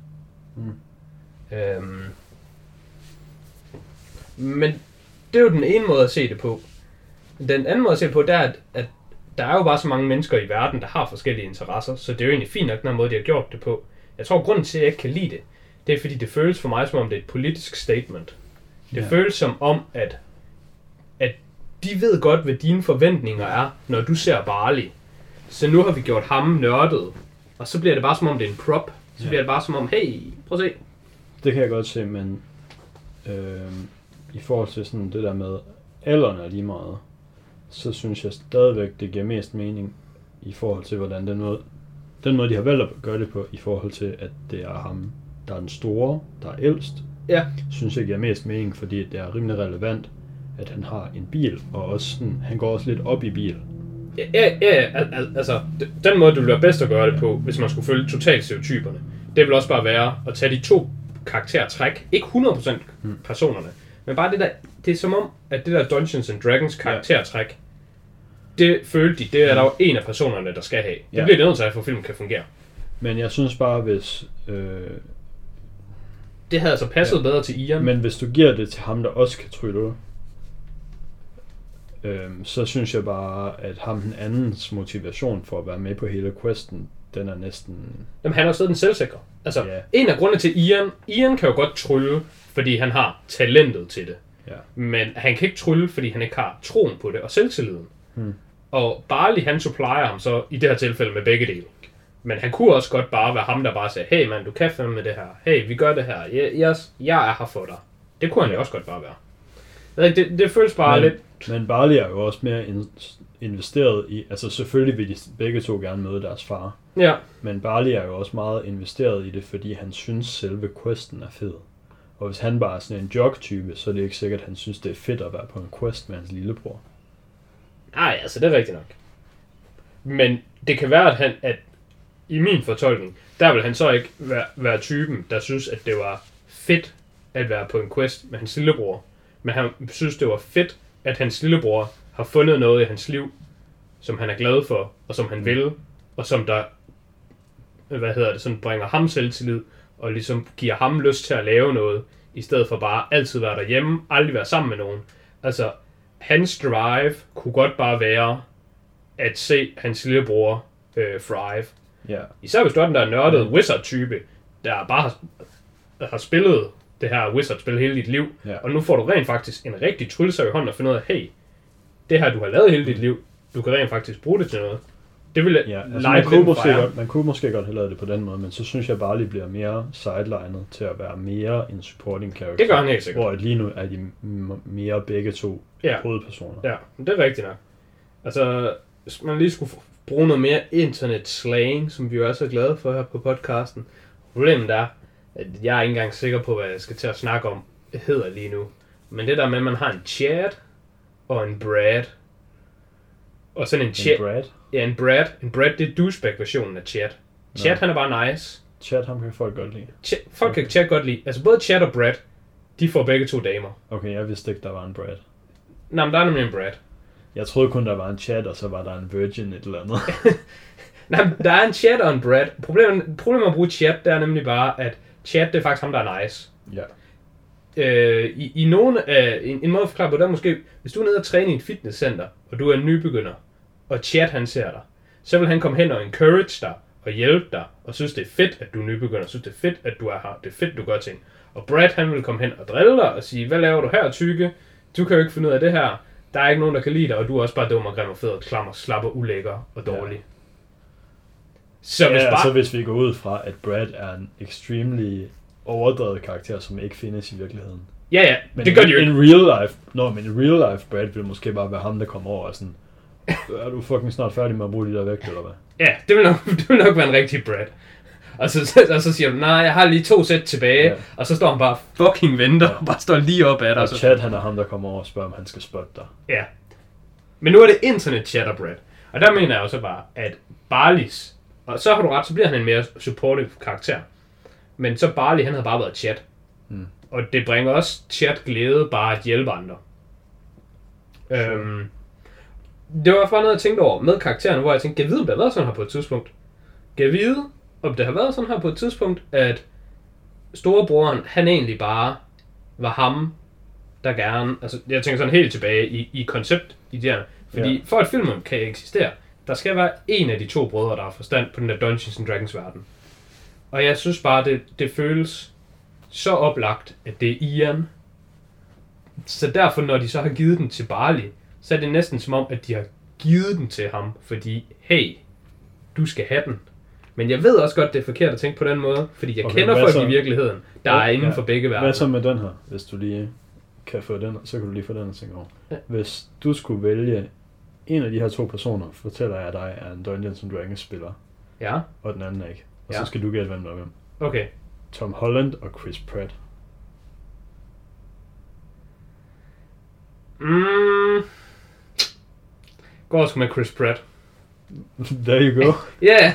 Men det er jo den ene måde at se det på. Den anden måde at se det på, det er, at der er jo bare så mange mennesker i verden, der har forskellige interesser, så det er jo egentlig fint nok, den måde, de har gjort det på. Jeg tror, grunden til, at jeg ikke kan lide det, det er fordi, det føles for mig, som om det er et politisk statement. Det føles som om, at de ved godt, hvad dine forventninger er, når du ser Barley. Så nu har vi gjort ham nørdet, og så bliver det bare som om, det er en prop. Så bliver det bare som om, hey, prøv at se. Det kan jeg godt se, men i forhold til sådan det der med alderen er lige meget, så synes jeg stadigvæk, det giver mest mening i forhold til, hvordan den måde, de har valgt at gøre det på, i forhold til, at det er ham, der er den store, der er ældst, synes jeg giver mest mening, fordi det er rimelig relevant, at han har en bil, og også sådan, han går også lidt op i bil. Altså, den måde, du vil være bedst at gøre det på, hvis man skulle følge totalt stereotyperne, det vil også bare være at tage de to karaktertræk, ikke 100% personerne, men bare det der, det er som om, at det der Dungeons & Dragons karaktertræk, det følte de, det er der jo en af personerne, der skal have. Det bliver det nødt til at for filmen kan fungere. Men jeg synes bare, hvis... det havde altså passet bedre til Ian. Men hvis du giver det til ham, der også kan trylle, så synes jeg bare, at ham den andens motivation for at være med på hele questen, den er næsten... Jamen, han er stadig den selvsikre. Altså, en af grundene til Ian kan jo godt trylle, fordi han har talentet til det. Men han kan ikke trylle, fordi han ikke har troen på det og selvtilliden. Og Barley, han supplier ham så i det her tilfælde med begge dele. Men han kunne også godt bare være ham, der bare sagde, hey mand, du kan fandme med det her. Hey, vi gør det her. Jeg er her for dig. Det kunne han jo også godt bare være. Det føles bare lidt... Men Barley er jo også mere investeret i... Altså selvfølgelig vil de begge to gerne møde deres far. Ja. Men Barley er jo også meget investeret i det, fordi han synes selve questen er fed. Og hvis han bare er sådan en jog-type, så er det ikke sikkert, at han synes, det er fedt at være på en quest med hans lillebror. Nej, altså det er rigtigt nok. Men det kan være, at i min fortolkning, der vil han så ikke være typen, der synes, at det var fedt at være på en quest med hans lillebror. Men han synes, det var fedt, at hans lillebror har fundet noget i hans liv, som han er glad for, og som han vil, og som der, sådan bringer ham selvtillid, og ligesom giver ham lyst til at lave noget, i stedet for bare altid være derhjemme, aldrig være sammen med nogen. Altså, hans drive kunne godt bare være at se hans lillebror thrive. Yeah. Især hvis du er den der nørdede wizard-type, der bare har spillet det her wizard-spil hele dit liv, og nu får du rent faktisk en rigtig tryllesav i hånden og finder ud af, hey, det her du har lavet hele dit liv, du kan rent faktisk bruge det til noget. Det vil man kunne måske godt have lavet det på den måde, men så synes jeg bare lige bliver mere sidelined til at være mere en supporting character. Det gør han helt sikkert. Hvor lige nu er de mere begge to hovedpersoner. Ja, det er rigtigt nok. Altså, hvis man lige skulle bruge noget mere internet slang, som vi jo også er glade for her på podcasten. Problemet er, at jeg er ikke engang sikker på, hvad jeg skal til at snakke om hedder lige nu. Men det der med, at man har en Chad og en Brad. Og sådan en Chad. Brad? Ja, en Brad. En Brad, det er douchebag-versionen af Chad. Chad, han er bare nice. Chad, ham kan folk godt lide. Folk kan Chad godt lide. Altså både Chad og Brad, de får begge to damer. Okay, jeg vidste ikke, der var en Brad. Nej, men der er nemlig en Brad. Jeg troede kun, der var en Chad, og så var der en Virgin et eller andet. Nej, der er en Chad og en Brad. Problemet med at bruge Chad, det er nemlig bare, at Chad, det er faktisk ham, der er nice. Ja. I nogle af... En måde at forklare på det er måske, hvis du er nede og træne i et fitnesscenter, og du er en nybegynder, og Chad han ser dig, så vil han komme hen og encourage dig, og hjælpe dig, og synes det er fedt, at du er nybegynder, synes det er fedt, at du er her, det er fedt, du gør ting. Og Brad han vil komme hen og drille dig, og sige, hvad laver du her, tykke? Du kan jo ikke finde ud af det her. Der er ikke nogen, der kan lide dig, og du er også bare dum og grim og fed og klammer, slapper, ulækker og dårlig. Ja. Så hvis vi går ud fra, at Brad er en extremely overdrevet karakter, som ikke findes i virkeligheden. Ja, men det gør de jo ikke. Men in real life, Brad vil måske bare være ham, der kommer over og sådan, er du fucking snart færdig med at bruge de der vægt, eller hvad? Ja, det vil nok være en rigtig Brad. Og så siger du, nej, jeg har lige 2 sæt tilbage, og så står han bare fucking venter, og bare står lige op ad dig. Og Chad, han er ham, der kommer over og spørger, om han skal spotte dig. Ja. Men nu er det internet Chad og Brad. Og der mener jeg også bare, at Barleys, og så har du ret, så bliver han en mere supportive karakter. Men så Barley, han havde bare været Chad. Og det bringer også Chad glæde bare at hjælpe andre. Det var bare noget, jeg tænkte over med karakteren, hvor jeg tænkte, kan jeg vide, om det har været sådan her på et tidspunkt? Kan jeg vide, om det har været sådan her på et tidspunkt, at storebroren, han egentlig bare var ham, der gerne... Altså, jeg tænker sådan helt tilbage i konceptidéerne. Fordi for at filmen kan eksistere, der skal være en af de 2 brødre, der har forstand på den der Dungeons & Dragons verden. Og jeg synes bare, det føles så oplagt, at det er Ian. Så derfor, når de så har givet den til Barley, så er det næsten som om, at de har givet den til ham, fordi, hey, du skal have den. Men jeg ved også godt, det er forkert at tænke på den måde, fordi jeg kender folk i virkeligheden, der er inden for begge verdener. Hvad så med den her, hvis du lige kan få den, så kan du lige få den at tænke over. Ja. Hvis du skulle vælge en af de her 2 personer, fortæller jeg dig, er en Dungeons & Dragons spiller. Ja. Og den anden er ikke. Og så skal du gætte, hvem der er hvem. Okay. Tom Holland og Chris Pratt. Går sgu med Chris Pratt. There you go. Ja.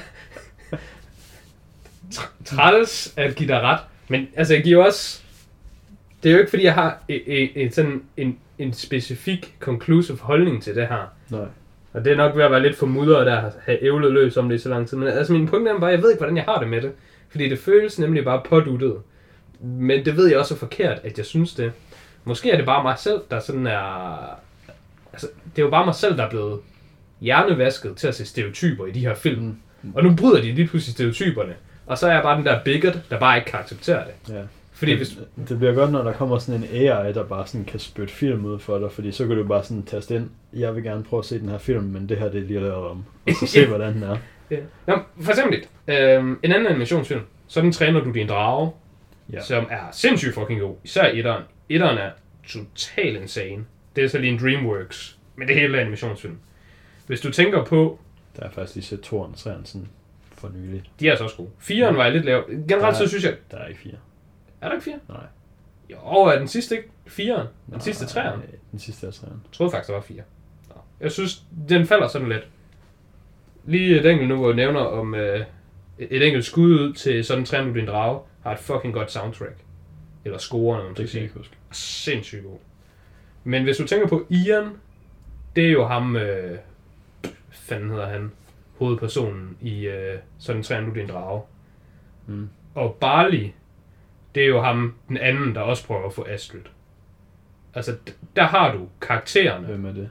Træls at give dig ret. Men altså, jeg giver også... Det er jo ikke, fordi jeg har en specifik conclusive holdning til det her. Nej. Og det er nok ved at være lidt for mudret der have ævlet løs om det i så lang tid. Men altså, min punkt er bare, jeg ved ikke, hvordan jeg har det med det. Fordi det føles nemlig bare påduttet. Men det ved jeg også er forkert, at jeg synes det. Måske er det bare mig selv, der sådan er... Altså, det er jo bare mig selv, der er blevet hjernevasket til at se stereotyper i de her film. Og nu bryder de lige pludselig stereotyperne. Og så er jeg bare den der bigot, der bare ikke kan acceptere det. Ja. Fordi det bliver godt, når der kommer sådan en AI, der bare sådan kan spytte film ud for dig, fordi så kan du bare sådan taste ind, jeg vil gerne prøve at se den her film, men det her det er lige lavet om, og så se, hvordan den er. Ja. Nå, for eksempel en anden animationsfilm, sådan træner du din drage, som er sindssygt fucking god, især etteren. Etteren er total insane. Det er så lige en DreamWorks, men det hele er animationsfilm. Hvis du tænker på... Der er faktisk lige set toren, så er han sådan for nylig. De er altså også gode. 4'eren var jeg lidt lav. Generelt så synes jeg... Der er ikke 4. Er der ikke 4? Nej. Jo, er den sidste ikke 4'eren? Den sidste 3'eren? Den sidste er 3'eren. Jeg troede faktisk, der var 4. Jeg synes, den falder sådan lidt. Lige et enkelt nu, hvor jeg nævner om et enkelt skud ud til sådan træner du din drage, har et fucking godt soundtrack. Eller score, når man skal sige. Det kan jeg ikke huske. Sindssygt god. Men hvis du tænker på Ian, det er jo ham, fanden hedder han, hovedpersonen i sådan træner du din drage. Mm. Og Barley, det er jo ham, den anden, der også prøver at få Astrid. Altså, der har du karaktererne. Hvem er det?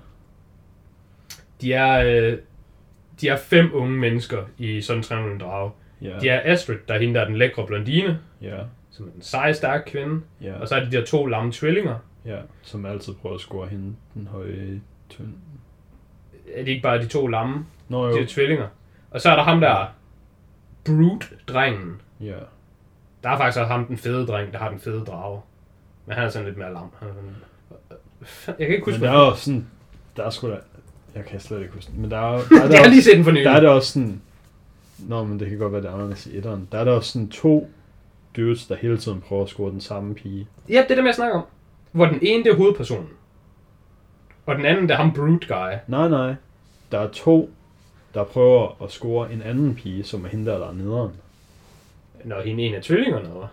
De er 5 unge mennesker i sådan træner du din drage. Yeah. De er Astrid, der er hende, der er den lækre blondine. Ja. Som er den seje, stærke kvinde. Ja. Og så er de der 2 lamme tvillinger. Ja, som altid prøver at score hende, den høje tynd. Er de ikke bare de 2 lamme? Nå, de er tvillinger. Og så er der ham der, Brute-drengen. Ja. Der er faktisk også ham, den fede dreng, der har den fede drage. Men han er sådan lidt mere lam. Jeg kan ikke huske, men der er også sådan, der er sgu da, jeg kan slet ikke huske, men der er jeg har lige set den for nylig. Der er der også sådan, men det kan godt være, det er anderledes i etteren. Der er der også sådan 2 dudes, der hele tiden prøver at score den samme pige. Ja, det er det, jeg snakker om. Hvor den ene, det er hovedpersonen. Og den anden, det er ham Brute Guy. Nej. Der er 2, der prøver at score en anden pige, som er hende, der er nederen. Når hende en af tvillingerne, eller?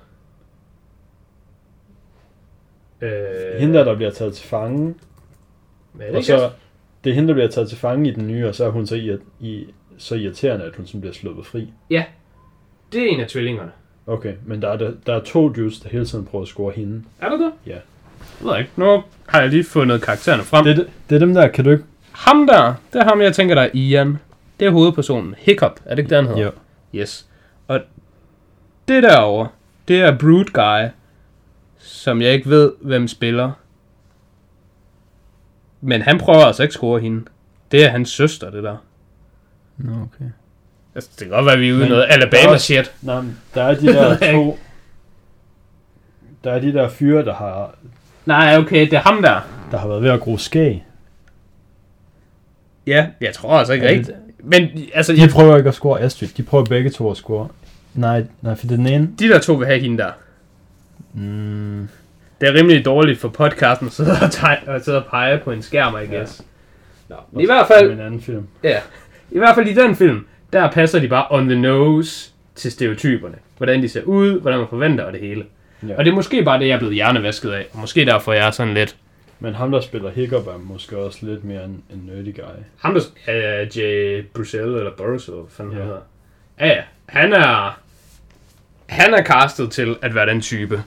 Hende der bliver taget til fange. Og så, det er hende, der bliver taget til fange i den nye, og så er hun så irriterende, at hun sådan bliver sluppet fri. Ja, det er en af tvillingerne. Okay, men der er 2 dudes, der hele tiden prøver at score hende. Er der det? Ja. Jeg ved ikke. Nu har jeg lige fundet karaktererne frem. Det er dem der, kan du ikke... Ham der, det er ham, jeg tænker, der er Ian. Det er hovedpersonen. Hiccup, er det ikke det, han hedder? Jo. Yes. Og det derovre, det er Brute Guy, som jeg ikke ved, hvem spiller. Men han prøver altså ikke at score hende. Det er hans søster, det der. Nå, okay. Altså, det kan godt være, vi er ude i noget Alabama-shit. Nej, der er de der 2... Der er de der fyre, der har... Nej, okay, det er ham der. Der har været ved at gro skæg. Ja, jeg tror altså ikke rigtigt. Men altså... De prøver ikke at score Astrid. De prøver begge 2 at score. Nej, for den ene... De der 2 vil have hende der. Mm. Det er rimelig dårligt for podcasten at sidde og pege på en skærm, I guess. Ja. Nå, i hvert fald... En anden film. Ja. I hvert fald i den film, der passer de bare on the nose til stereotyperne. Hvordan de ser ud, hvordan man forventer og det hele. Ja. Og det er måske bare det, jeg er blevet hjernevasket af. Og måske derfor jeg er sådan lidt... Men ham, der spiller Hiccup, er måske også lidt mere en nerdy guy. Ham, der er Jay Brussel eller Brussel, hvad fanden han hedder. Ja, han er castet til at være den type.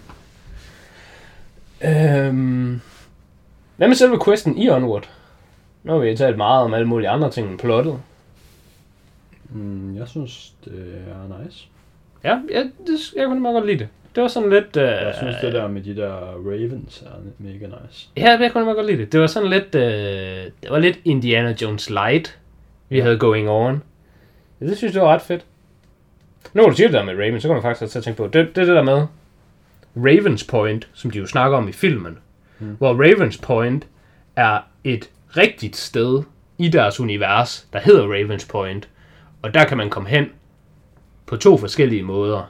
Hvad med selve questen i Onward? Nu har vi talt meget om alle mulige andre ting end plottet. Jeg synes, det er nice. Ja, jeg kunne meget godt lide det. Det var sådan lidt... jeg synes, det der med de der Ravens er mega nice. Ja, jeg kunne meget godt lide det. Det var sådan lidt... det var lidt Indiana Jones light, vi havde going on. Ja, det synes jeg var ret fedt. Når du siger det der med Ravens, så kan man faktisk også tænke på, det der med Ravens Point, som de jo snakker om i filmen, hvor Ravens Point er et rigtigt sted i deres univers, der hedder Ravens Point, og der kan man komme hen på 2 forskellige måder,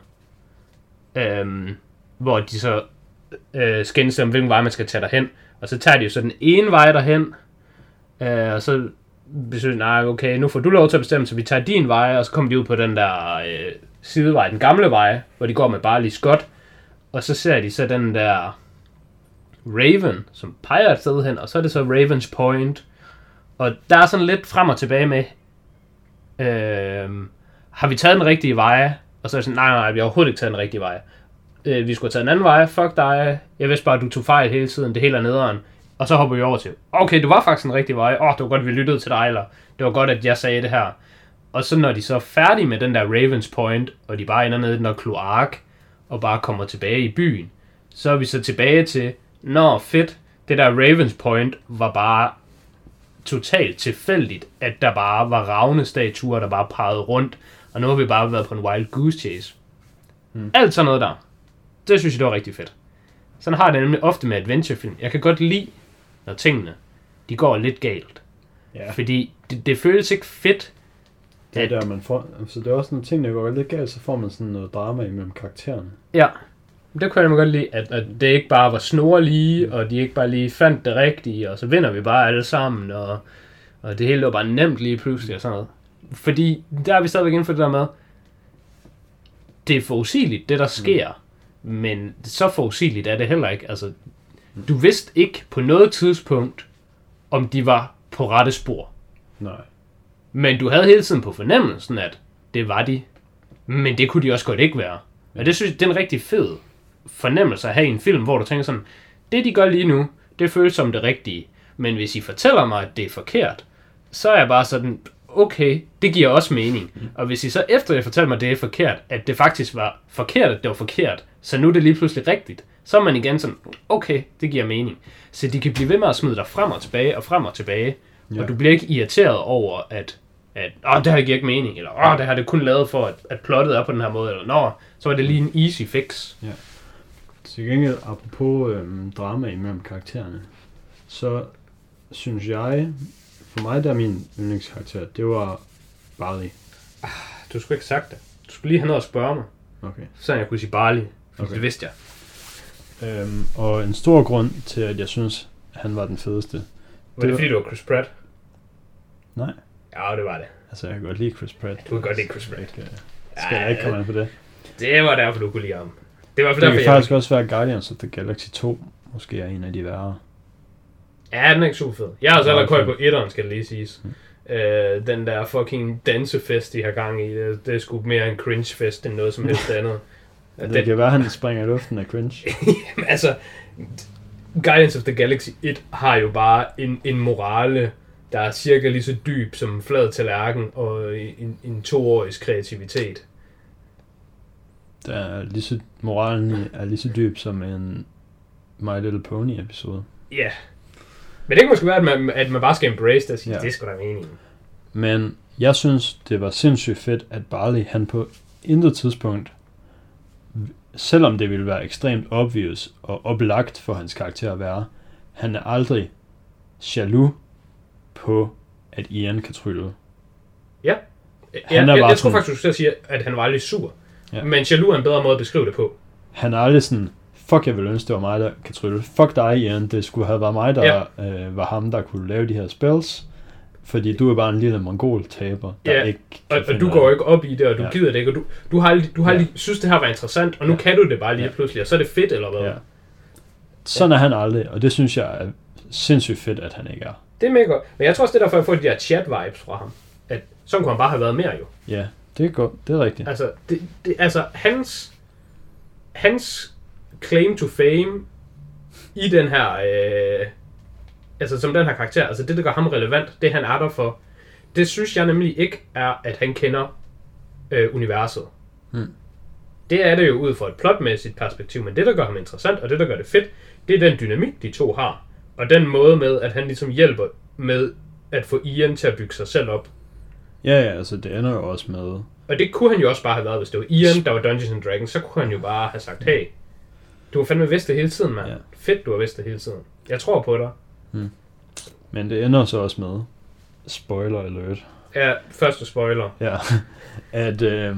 hvor de så skændes om, hvilken vej man skal tage derhen, og så tager de jo så den ene vej derhen, og så besøger okay, nu får du lov til at bestemme, så vi tager din vej, og så kommer de ud på den der sidevej, den gamle vej, hvor de går med Barley Scott, og så ser de så den der Raven, som peger et sted hen, og så er det så Ravens Point, og der er sådan lidt frem og tilbage med, har vi taget den rigtige vej? Og så er det sådan, nej, vi har overhovedet ikke taget den rigtige vej. Vi skulle have taget en anden vej, fuck dig, jeg vidste bare, at du tog fejl hele tiden, det hele er nederen. Og så hopper vi over til, okay, du var faktisk den rigtige vej, det var godt, vi lyttede til dig, eller det var godt, at jeg sagde det her. Og så når de så er færdige med den der Ravens Point, og de bare ender nede i den der kloak, og bare kommer tilbage i byen, så er vi så tilbage til, fedt, det der Ravens Point var bare totalt tilfældigt, at der bare var ravnestatuer, der bare pegede rundt, og nu har vi bare været på en wild goose chase. Alt sådan noget der. Det synes jeg, det var rigtig fedt. Sådan har det nemlig ofte med adventurefilm. Jeg kan godt lide, når tingene, de går lidt galt. Ja. Fordi det føles ikke fedt. Det er der, man får, altså det er også nogle ting, der går lidt galt, så får man sådan noget drama imellem karaktererne. Ja, det kunne jeg godt lide, at det ikke bare var snorlige, og de ikke bare lige fandt det rigtige, og så vinder vi bare alle sammen, og det hele var bare nemt lige pludselig og sådan noget. Fordi der er vi stadigvæk inden for det der med, det er forudsigeligt, det der sker, men så forudsigeligt er det heller ikke. Altså, du vidste ikke på noget tidspunkt, om de var på rette spor. Nej. Men du havde hele tiden på fornemmelsen, at det var de. Men det kunne de også godt ikke være. Og det synes jeg, det er en rigtig fed fornemmelse at have i en film, hvor du tænker sådan, det de gør lige nu, det føles som det rigtige. Men hvis I fortæller mig, at det er forkert, så er jeg bare sådan, okay, det giver også mening. Og hvis I så efter jeg fortæller mig, at det er forkert, at det faktisk var forkert, at det var forkert, så nu er det lige pludselig rigtigt, så er man igen sådan, okay, det giver mening. Så de kan blive ved med at smide dig frem og tilbage og frem og tilbage, og du bliver ikke irriteret over, at det her giver ikke mening, eller det her det kun lavet for, at plottet er på den her måde, eller så er det lige en easy fix. Ja. Til gengæld, apropos drama imellem karaktererne, så synes jeg, for mig der er min yndlingskarakter, det var Barley. Du skulle ikke sagt det. Du skulle lige have noget at spørge mig, Okay. så jeg kunne sige Barley, for Okay. det vidste jeg. Og en stor grund til, at jeg synes, han var den fedeste. Var det fordi, du var Chris Pratt? Nej. Ja, det var det. Altså, jeg kan godt lide Chris Pratt. Du kan godt lide Chris Pratt. Skal jeg ikke komme ind på det? Det var derfor, du kunne lide ham. Det var Det derfor, kan faktisk også være, at Guardians of the Galaxy 2 måske er en af de værre. Ja, den er ikke super fed. Jeg har også allerede kørt på etteren, skal det lige siges. Den der fucking dansefest, de har gang i, det er sgu mere en cringe-fest end noget som helst andet. Det kan være, at han springer i luften af cringe. Jamen, altså, Guardians of the Galaxy 1 har jo bare en morale, der er cirka lige så dyb som en flad tallerken og en 2-årigs kreativitet. Der er lige så, moralen er lige så dyb som en My Little Pony episode. Ja. Yeah. Men det kan måske være, at man bare skal embrace det og sige, Ja. det skal der meningen. Men jeg synes, det var sindssygt fedt, at Barley, han på intet tidspunkt, selvom det ville være ekstremt obvious og oplagt for hans karakter at være, han er aldrig jaloux på, at Ian kan trylle. Ja. Jeg tror faktisk, du skulle sige, at han var aldrig sur. Ja. Men jaloux er en bedre måde at beskrive det på. Han er aldrig sådan, fuck, jeg ville ønske, det var mig, der kan trylle. Fuck dig, Ian. Det skulle have været mig, der var ham, der kunne lave de her spells. Fordi du er bare en lille mongol-taber, der ikke kan og du går ikke op i det, og du gider det ikke. Og du har aldrig synes, det her var interessant, og nu kan du det bare lige pludselig, og så er det fedt, eller hvad? Ja. Sådan er han aldrig, og det synes jeg er sindssygt fedt, at han ikke er. Det er mega godt. Men jeg tror også, det er derfor, jeg får de der chat-vibes fra ham. At sådan kunne han bare have været mere, jo. Ja, det er godt. Det er rigtigt. Altså, hans claim to fame i den her, altså som den her karakter, altså det, der gør ham relevant, det han er der for, det synes jeg nemlig ikke er, at han kender universet. Det er det jo ud fra et plotmæssigt perspektiv, men det, der gør ham interessant, og det, der gør det fedt, det er den dynamik, de to har. Og den måde med, at han ligesom hjælper med at få Ian til at bygge sig selv op. Ja, altså det ender jo også med... Og det kunne han jo også bare have været, hvis det var Ian, der var Dungeons & Dragons, så kunne han jo bare have sagt, hey, du har fandme vidst det hele tiden, mand. Ja. Fedt, du har vidst det hele tiden. Jeg tror på dig. Men det ender så også med, spoiler alert. Ja, første spoiler. Ja, at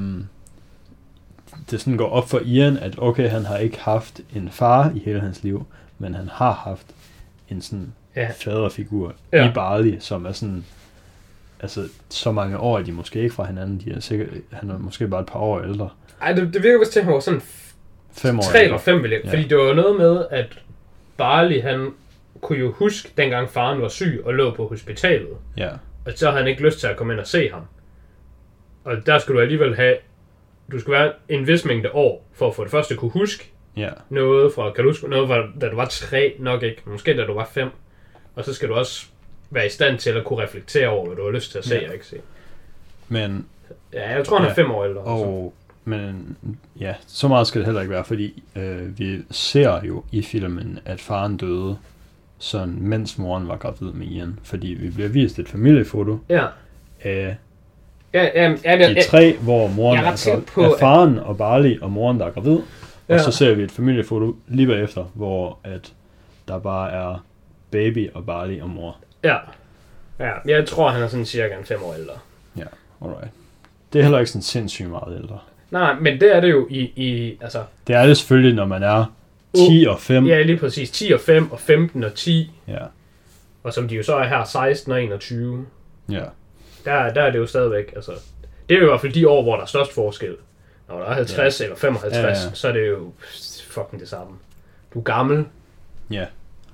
det sådan går op for Ian, at okay, han har ikke haft en far i hele hans liv, men han har haft en sådan faderfigur i Barley, som er sådan, altså så mange år er de måske ikke fra hinanden, de er sikkert, han er måske bare et par år ældre. Ej, det virker vist til, at han var sådan 5 år 3 eller 5, vil jeg. Ja. Fordi det var noget med, at Barley, han kunne jo huske, dengang faren var syg og lå på hospitalet. Ja. Og så havde han ikke lyst til at komme ind og se ham. Og der skulle du alligevel have, du skulle være en vis mængde år, for at få det første kunne huske noget fra, kan du huske noget, da du var 3, nok ikke, måske da du var 5. Og så skal du også være i stand til at kunne reflektere over, hvad du har lyst til at se og ikke se. Men... Ja, jeg tror, han er 5 år ældre. Og Men ja, så meget skal det heller ikke være, fordi vi ser jo i filmen, at faren døde, sådan, mens moren var gravid med Ian. Fordi vi bliver vist et familiefoto af de tre, hvor moren er faren og Barley og moren, der er gravid. Og så ser vi et familiefoto lige bagefter, hvor at der bare er baby og Barley og mor. Ja, jeg tror, han er sådan cirka 5 år ældre. Ja, alright. Det er heller ikke sådan sindssygt meget ældre. Nej, men det er det jo i altså... Det er det selvfølgelig, når man er 10 og 5. Ja, lige præcis. 10 og 5 og 15 og 10. Ja. Og som de jo så er her, 16 og 21. Ja. Der er det jo stadigvæk, altså... Det er jo i hvert fald de år, hvor der er størst forskel. Når der er 50 eller 55, så er det jo fucking det samme. Du er gammel. Ja.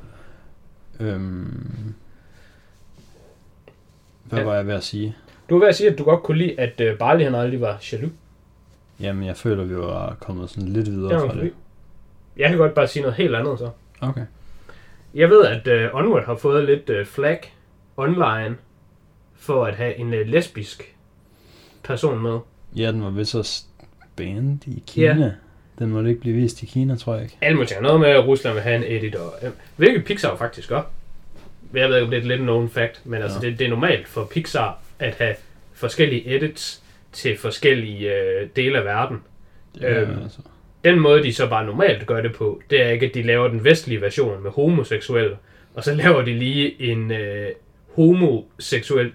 Hvad var jeg ved at sige? Du var ved at sige, at du godt kunne lide, at Barley han aldrig var jaloux. Jamen, jeg føler, vi var kommet sådan lidt videre fra det. Jeg kan godt bare sige noget helt andet så. Okay. Jeg ved, at Onward har fået lidt flag online for at have en lesbisk person med. Ja, den var vist så banned i Kina. Ja. Den måtte ikke blive vist i Kina, tror jeg ikke. Alt muligt. Noget med, at Rusland vil have en editor. Hvilket Pixar faktisk gør. Jeg ved ikke, om det er lidt known fact, men altså det er normalt for Pixar at have forskellige edits til forskellige dele af verden. Altså. Den måde, de så bare normalt gør det på, det er ikke, at de laver den vestlige version med homoseksuelle, og så laver de lige en homoseksuel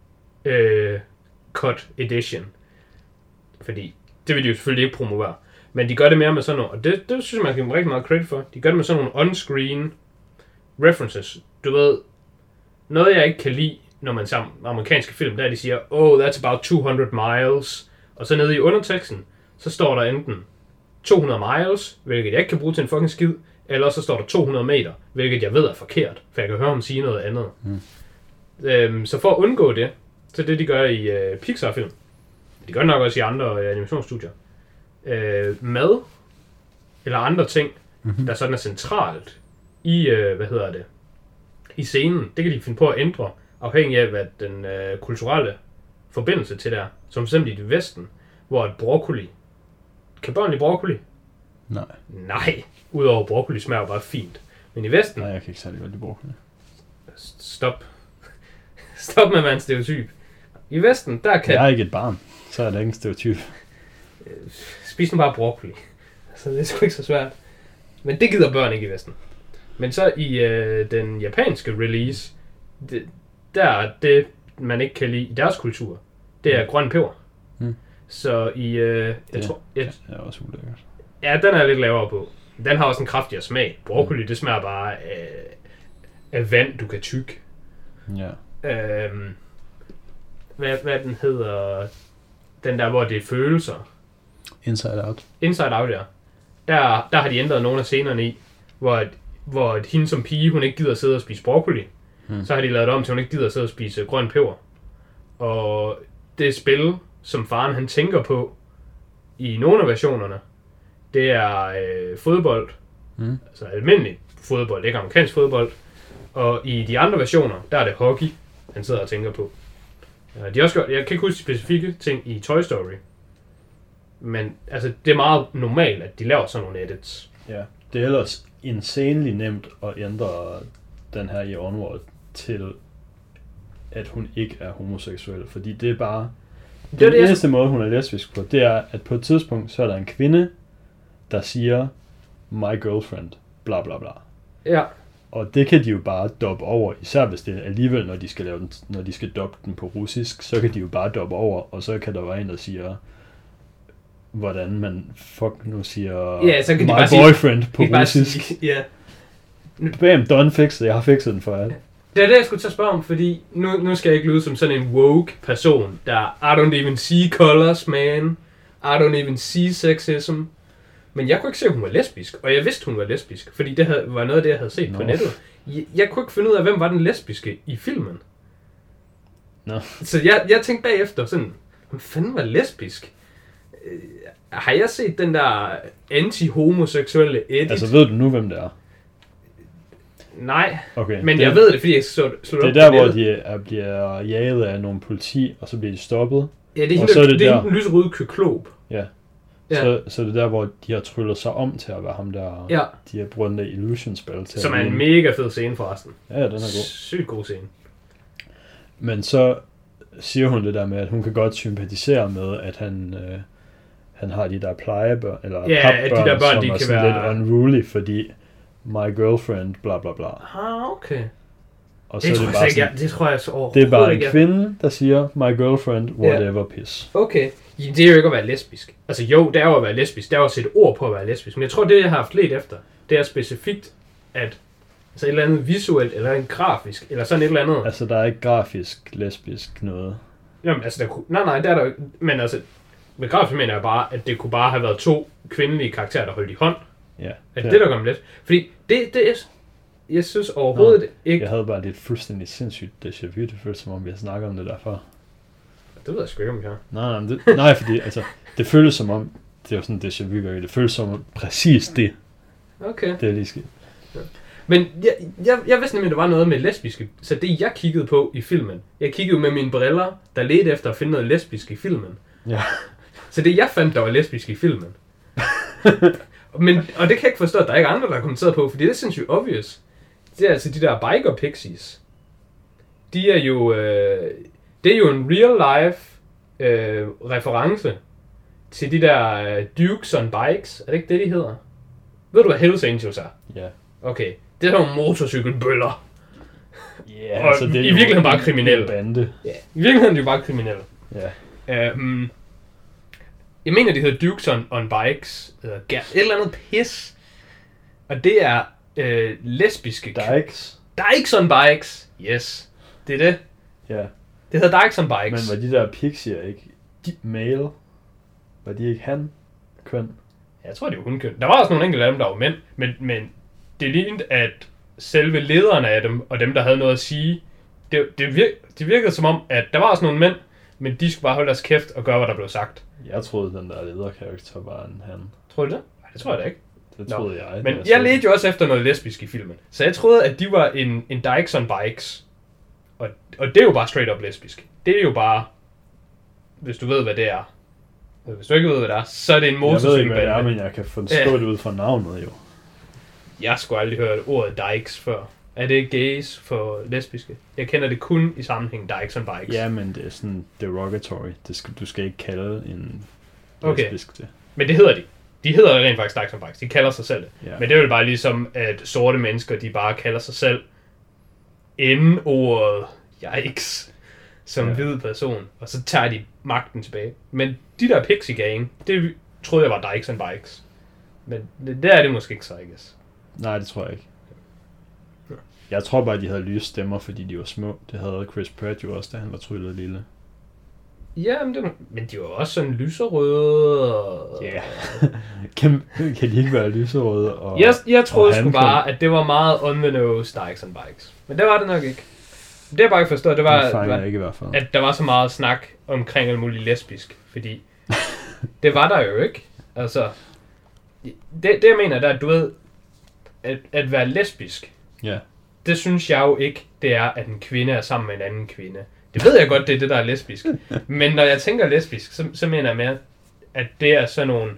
cut edition. Fordi det vil de jo selvfølgelig ikke promovere. Men de gør det mere med sådan nogle, og det synes jeg, man kan give dem rigtig meget credit for. De gør det med sådan nogle on-screen references. Du ved, noget jeg ikke kan lide, når man ser amerikanske film, der de siger, oh, that's about 200 miles. Og så nede i underteksten, så står der enten 200 miles, hvilket jeg ikke kan bruge til en fucking skid, eller så står der 200 meter, hvilket jeg ved er forkert, for jeg kan høre ham sige noget andet. Så for at undgå det, så det de gør i Pixar-film, de gør det nok også i andre animationsstudier, mad eller andre ting, der sådan er centralt i, i scenen, det kan de finde på at ændre, afhængig af, hvad den kulturelle forbindelse til der, som simpelthen i Vesten, hvor et broccoli, kan børn lide broccoli? Nej, udover broccoli smager bare fint. Men i Vesten... Nej, jeg kan ikke særlig godt lide broccoli. Stop med at være en stereotyp. I Vesten, der kan... Jeg er ikke et barn, så er det ikke en stereotyp. Spis nu bare broccoli. Så det er sgu ikke så svært. Men det gider børn ikke i Vesten. Men så i den japanske release, det man ikke kan lide i deres kultur, det er grøn peber. Så i... jeg tror... Det er også ulækkert. Ja, den er lidt lavere på. Den har også en kraftigere smag. Broccoli, det smager bare af vand, du kan tygge. Ja. Hvad den hedder? Den der, hvor det er følelser. Inside Out. Inside Out, ja. Der har de ændret nogle af scenerne i, hvor hende som pige, hun ikke gider sidde og spise broccoli. Så har de lavet det om til, hun ikke gider sidde og spise grøn peber. Og det spil, som faren han tænker på i nogle af versionerne, det er fodbold. Altså almindelig fodbold, ikke amerikansk fodbold. Og i de andre versioner, der er det hockey, han sidder og tænker på. De også, jeg kan ikke huske specifikke ting i Toy Story. Men altså, det er meget normalt, at de laver sådan nogle edits. Ja, det er ellers insanely nemt at ændre den her i Onward til, at hun ikke er homoseksuel. Fordi det er bare... Den eneste måde, hun er lesbisk på, det er, at på et tidspunkt, så er der en kvinde, der siger, my girlfriend, bla bla bla. Ja. Og det kan de jo bare doppe over, især hvis det alligevel, når de skal doppe den på russisk, så kan de jo bare doppe over, og så kan der være en, der siger, hvordan man nu siger, ja, så kan my de bare boyfriend på russisk. Ja. Bam, done fixed. Jeg har fikset den for jer. Det er det, jeg skulle til at spørge om, fordi nu skal jeg ikke lyde som sådan en woke person, der I don't even see colors, man. I don't even see sexism. Men jeg kunne ikke se, at hun var lesbisk, og jeg vidste, hun var lesbisk, fordi det var noget af det, jeg havde set på nettet. Jeg kunne ikke finde ud af, hvem var den lesbiske i filmen. Så jeg tænkte bagefter sådan, hvem fanden var lesbisk? Har jeg set den der anti-homoseksuelle edit? Altså ved du nu, hvem det er? Nej, okay, men jeg ved det, fordi jeg slog det er der, hvor de bliver jaget af nogle politi, og så bliver de stoppet. Ja, det er den lyserøde kyklop. Ja, Ja. Så det er der, hvor de har tryllet sig om til at være ham der, de har brugt det illusion-spil til. Som er en mega fed scene forresten. Ja, den er god. Sygt god scene. Men så siger hun det der med, at hun kan godt sympatisere med, at han har de der plejebørn, eller papbørn, de der børn, som de er kan sådan være... lidt unruly, fordi my girlfriend, bla bla bla. Okay. Og så det er det bare sådan, det tror jeg så overhovedet det er bare en ikke, kvinde, der siger, my girlfriend, whatever piss. Okay. Det er jo ikke at være lesbisk. Altså jo, det er jo at være lesbisk. Det er jo at sætte ord på at være lesbisk. Men jeg tror, det jeg har haft let efter, det er specifikt, at altså et eller andet visuelt, eller en grafisk, eller sådan et eller andet. Altså, der er ikke grafisk lesbisk noget. Jamen, altså, nej, det er der jo ikke. Men altså, med grafisk mener jeg bare, at det kunne bare have været 2 kvindelige karakterer, der holdt i hånd. Ja. At det der gør mig let. Fordi det er, jeg synes overhovedet ikke... Jeg havde bare lidt fuldstændig sindssygt déjà vu. Det føltes som om, vi har snakket om det derfor. Det ved jeg sgu ikke, om jeg har. Nej, fordi altså, det føles som om, det er jo sådan déjà vu, det føles som om præcis det. Okay. Det er lige skidt. Ja. Men jeg vidste nemlig, at der var noget med lesbiske. Så det jeg kiggede på i filmen, jeg kiggede med mine briller, der ledte efter at finde noget lesbisk i filmen. Ja. Så det jeg fandt, der var lesbisk i filmen. Og det kan jeg ikke forstå, at der er ikke andre, der har kommenteret på, fordi det er sindssygt obvious. Det er altså de der biker pixies. De er jo... det er jo en real life reference til de der Dukes on Bikes. Er det ikke det, de hedder? Ved du, hvad Hells Angels er? Ja. Okay. Det er nogle motorcykelbøller. Ja, yeah, altså det er i virkeligheden bare kriminelle. Bande. Ja, i virkeligheden er de jo bare kriminelle. Ja. Jeg mener, de hedder Dukes on Bikes. Eller et eller andet pis. Og det er lesbiske... Dykes on Bikes. Yes. Det er det. Ja. Det hedder Dykes on Bikes. Men var de der pixier ikke male? Var de ikke han-køn? Jeg tror, det var hun-køn. Der var også nogle enkelte af dem, der var mænd. Men det lignede, at selve lederne af dem, og dem, der havde noget at sige, det virkede som om, at der var også nogle mænd, men de skulle bare holde deres kæft og gøre, hvad der blev sagt. Jeg troede, den der lederkarakter var en han. Tror du det? Nej, det tror jeg da ikke. Det troede jeg. Men jeg ledte jo også efter noget lesbisk i filmen. Så jeg troede, at de var en Dykes on Bikes. Og det er jo bare straight up lesbisk. Det er jo bare, hvis du ved, hvad det er. Hvis du ikke ved, hvad det er, så er det en motorcykelbande. Jeg ved ikke, hvad det er, men jeg kan forstå det ud fra navnet jo. Jeg skulle aldrig hørt ordet Dykes før. Er det gays for lesbiske? Jeg kender det kun i sammenhæng Dykes on Bikes. Ja, men det er sådan derogatory. Du skal ikke kalde en lesbisk det. Men det hedder de. De hedder rent faktisk Dykes on Bikes. De kalder sig selv det. Ja. Men det er jo bare ligesom, at sorte mennesker, de bare kalder sig selv inden ordet yikes som hvid person. Og så tager de magten tilbage. Men de der pixie gang, det troede jeg var Dykes on Bikes. Men der er det måske ikke så, I guess. Nej, det tror jeg ikke. Jeg tror bare, de havde lyse stemmer, fordi de var små. Det havde Chris Pratt jo også, da han var tryllet lille. Ja, men de var også sådan lyserøde. Ja. kan de ikke være lyserøde? Og, jeg troede sgu bare, at det var meget on the nose Dykes on Bikes. Men det var det nok ikke. Det jeg bare ikke forstod, det var, ikke i hvert fald. At der var så meget snak omkring alt muligt lesbisk. Fordi det var der jo ikke. Altså, det jeg mener, der er, du ved, at være lesbisk. Ja. Det synes jeg jo ikke, det er, at en kvinde er sammen med en anden kvinde. Det ved jeg godt, det er det, der er lesbisk. Men når jeg tænker lesbisk, så mener jeg mere, at det er sådan nogle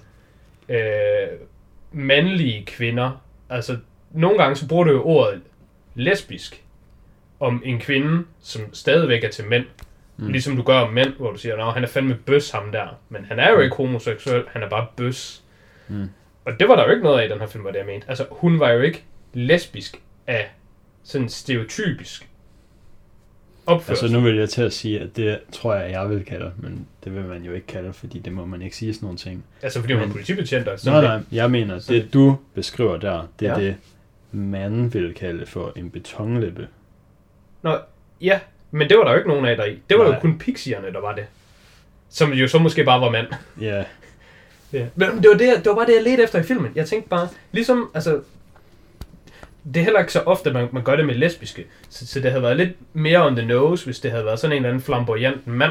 mandlige kvinder. Altså, nogle gange så bruger du jo ordet lesbisk om en kvinde, som stadigvæk er til mænd. Ligesom du gør om mænd, hvor du siger, han er fandme bøs ham der. Men han er jo ikke homoseksuel, han er bare bøs. Og det var der jo ikke noget af i den her film, hvor det jeg mente. Altså, hun var jo ikke lesbisk af sådan stereotypisk opførsel. Altså nu vil jeg til at sige, at det tror jeg vil kalde, men det vil man jo ikke kalde, fordi det må man ikke sige sådan nogle ting. Altså fordi hun er politibetjent? Nej, jeg mener, det du beskriver der, det er det, man vil kalde for en betonlæbe. Nå, ja, men det var der jo ikke nogen af der i. Det var jo kun pixierne, der var det. Som jo så måske bare var mand. Ja. Men det var bare det, jeg ledte efter i filmen. Jeg tænkte bare, ligesom, altså, det er heller ikke så ofte, at man gør det med lesbiske. Så det havde været lidt mere on the nose, hvis det havde været sådan en eller anden flamboyant mand.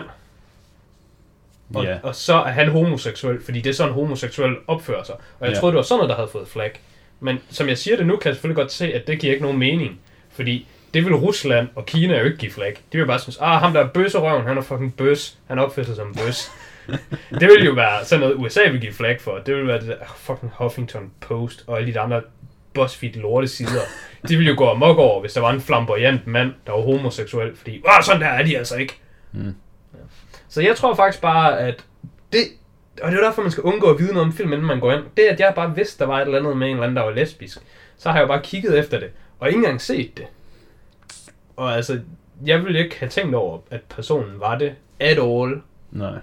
Og så er han homoseksuel, fordi det er sådan homoseksuel opfører sig. Og jeg troede, det var sådan noget, der havde fået flag. Men som jeg siger det nu, kan jeg selvfølgelig godt se, at det giver ikke nogen mening. Fordi det vil Rusland og Kina jo ikke give flag. De vil bare synes, ham der er bøsserøven, han er fucking bøs. Han opfører sig som bøs. Det ville jo være sådan noget, USA vil give flag for. Det ville være det der fucking Huffington Post og alle de andre BuzzFeed lortesider. De ville jo gå amok over, hvis der var en flamboyant mand, der var homoseksuel, fordi, sådan der er de altså ikke. Ja. Så jeg tror faktisk bare, at det, og det er derfor, man skal undgå at vide noget om film, inden man går ind. Det, at jeg bare vidste, der var et eller andet med en eller anden, der var lesbisk, så har jeg jo bare kigget efter det, og ikke engang set det. Og altså, jeg ville ikke have tænkt over, at personen var det at all. Nej.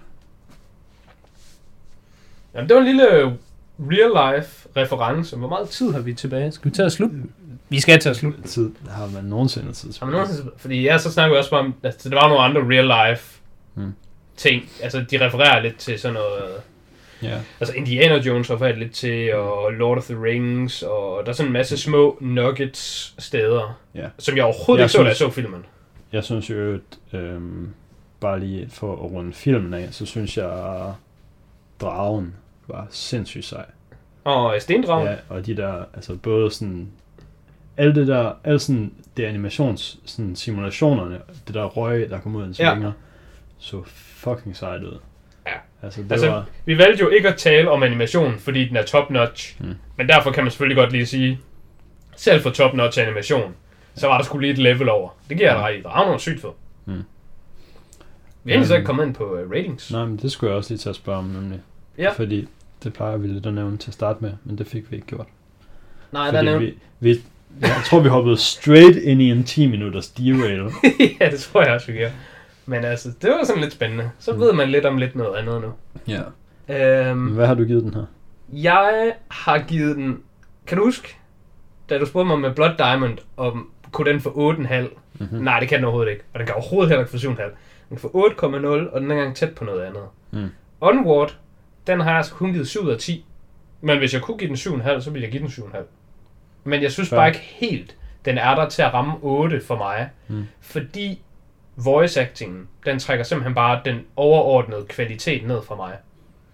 Jamen, det var en lille real-life reference. Hvor meget tid har vi tilbage? Skal vi tage at slutte? Vi skal tage at slutte. Tid. Har man nogensinde tid tilbage? Fordi så snakker vi også om, at der var nogle andre real-life ting. Altså, de refererer lidt til sådan noget... Ja. Altså, Indiana Jones refererer lidt til, og Lord of the Rings, og der er sådan en masse små nuggets steder, som jeg overhovedet ikke så, da jeg så filmen. Jeg synes jo, bare lige for at runde filmen af, så synes jeg, at dragen var sindssygt sej. Og stendragen? Ja, og de der, altså både sådan, alt det der, alt sådan, det animations, sådan simulationerne, det der røg, der kom ud af en svinger, så fucking sejt ud. Ja. Altså, det var... vi valgte jo ikke at tale om animation, fordi den er top-notch, men derfor kan man selvfølgelig godt lige sige, selv for top-notch animation, så var der sgu lige et level over. Det giver jeg dig ret i. Dragen var sygt for. Vi er egentlig så ikke kommet ind på ratings. Nej, men det skulle jeg også lige til at spørge om, nemlig. Ja. Fordi det plejer vi lidt at nævne til at starte med, men det fik vi ikke gjort. Nej, der nævnte jeg tror, vi hoppede straight ind i en 10 minutters derail. Ja, det tror jeg også, vi gør. Men altså, det var sådan lidt spændende. Så ved man lidt om lidt noget andet nu. Ja. Hvad har du givet den her? Jeg har givet den... Kan du huske, da du spurgte mig med Blood Diamond, om kunne den få 8,5? Nej, det kan den overhovedet ikke. Og den kan overhovedet heller ikke få 7,5. Den kan få 8,0, og den er engang tæt på noget andet. Onward, den har jeg altså kun givet 7 ud af 10. Men hvis jeg kunne give den 7,5, så ville jeg give den 7,5. Men jeg synes bare ikke helt, den er der til at ramme 8 for mig. Fordi voice actingen, den trækker simpelthen bare den overordnede kvalitet ned for mig.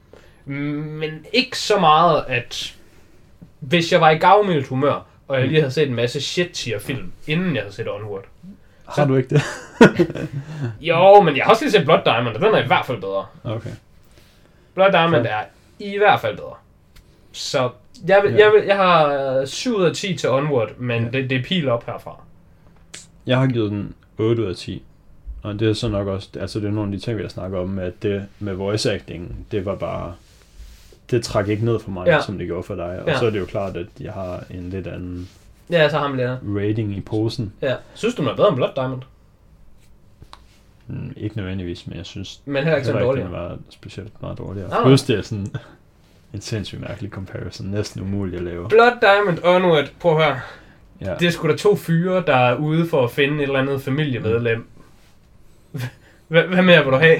Men ikke så meget, at hvis jeg var i gavmildt humør, og jeg lige havde set en masse shit-tier-film, inden jeg havde set Onward. Har du ikke det? Jo, men jeg har også lige set Blood Diamond, og den er i hvert fald bedre. Okay. Blood Diamond er i hvert fald bedre. Så jeg har 7 ud af 10 til Onward, men det er pil op herfra. Jeg har givet den 8 ud af 10. Og det er så nok også, altså det er nogle af de ting, vi har snakket om, at det med voice acting, det var bare, det trak ikke ned for mig, som det gjorde for dig. Og så er det jo klart, at jeg har en lidt anden så har man lidt rating i posen. Ja. Synes du, den er bedre end Blood Diamond? Ikke nødvendigvis, men jeg synes, men heller ikke så dårligere. Den var specielt meget dårligere. Plus det er sådan en sindssygt mærkelig comparison, næsten umuligt at lave. Blood Diamond, Onward, prøv at høre. Ja. Det er sgu da 2 fyre, der er ude for at finde et eller andet familiemedlem. Hvad mere vil du have?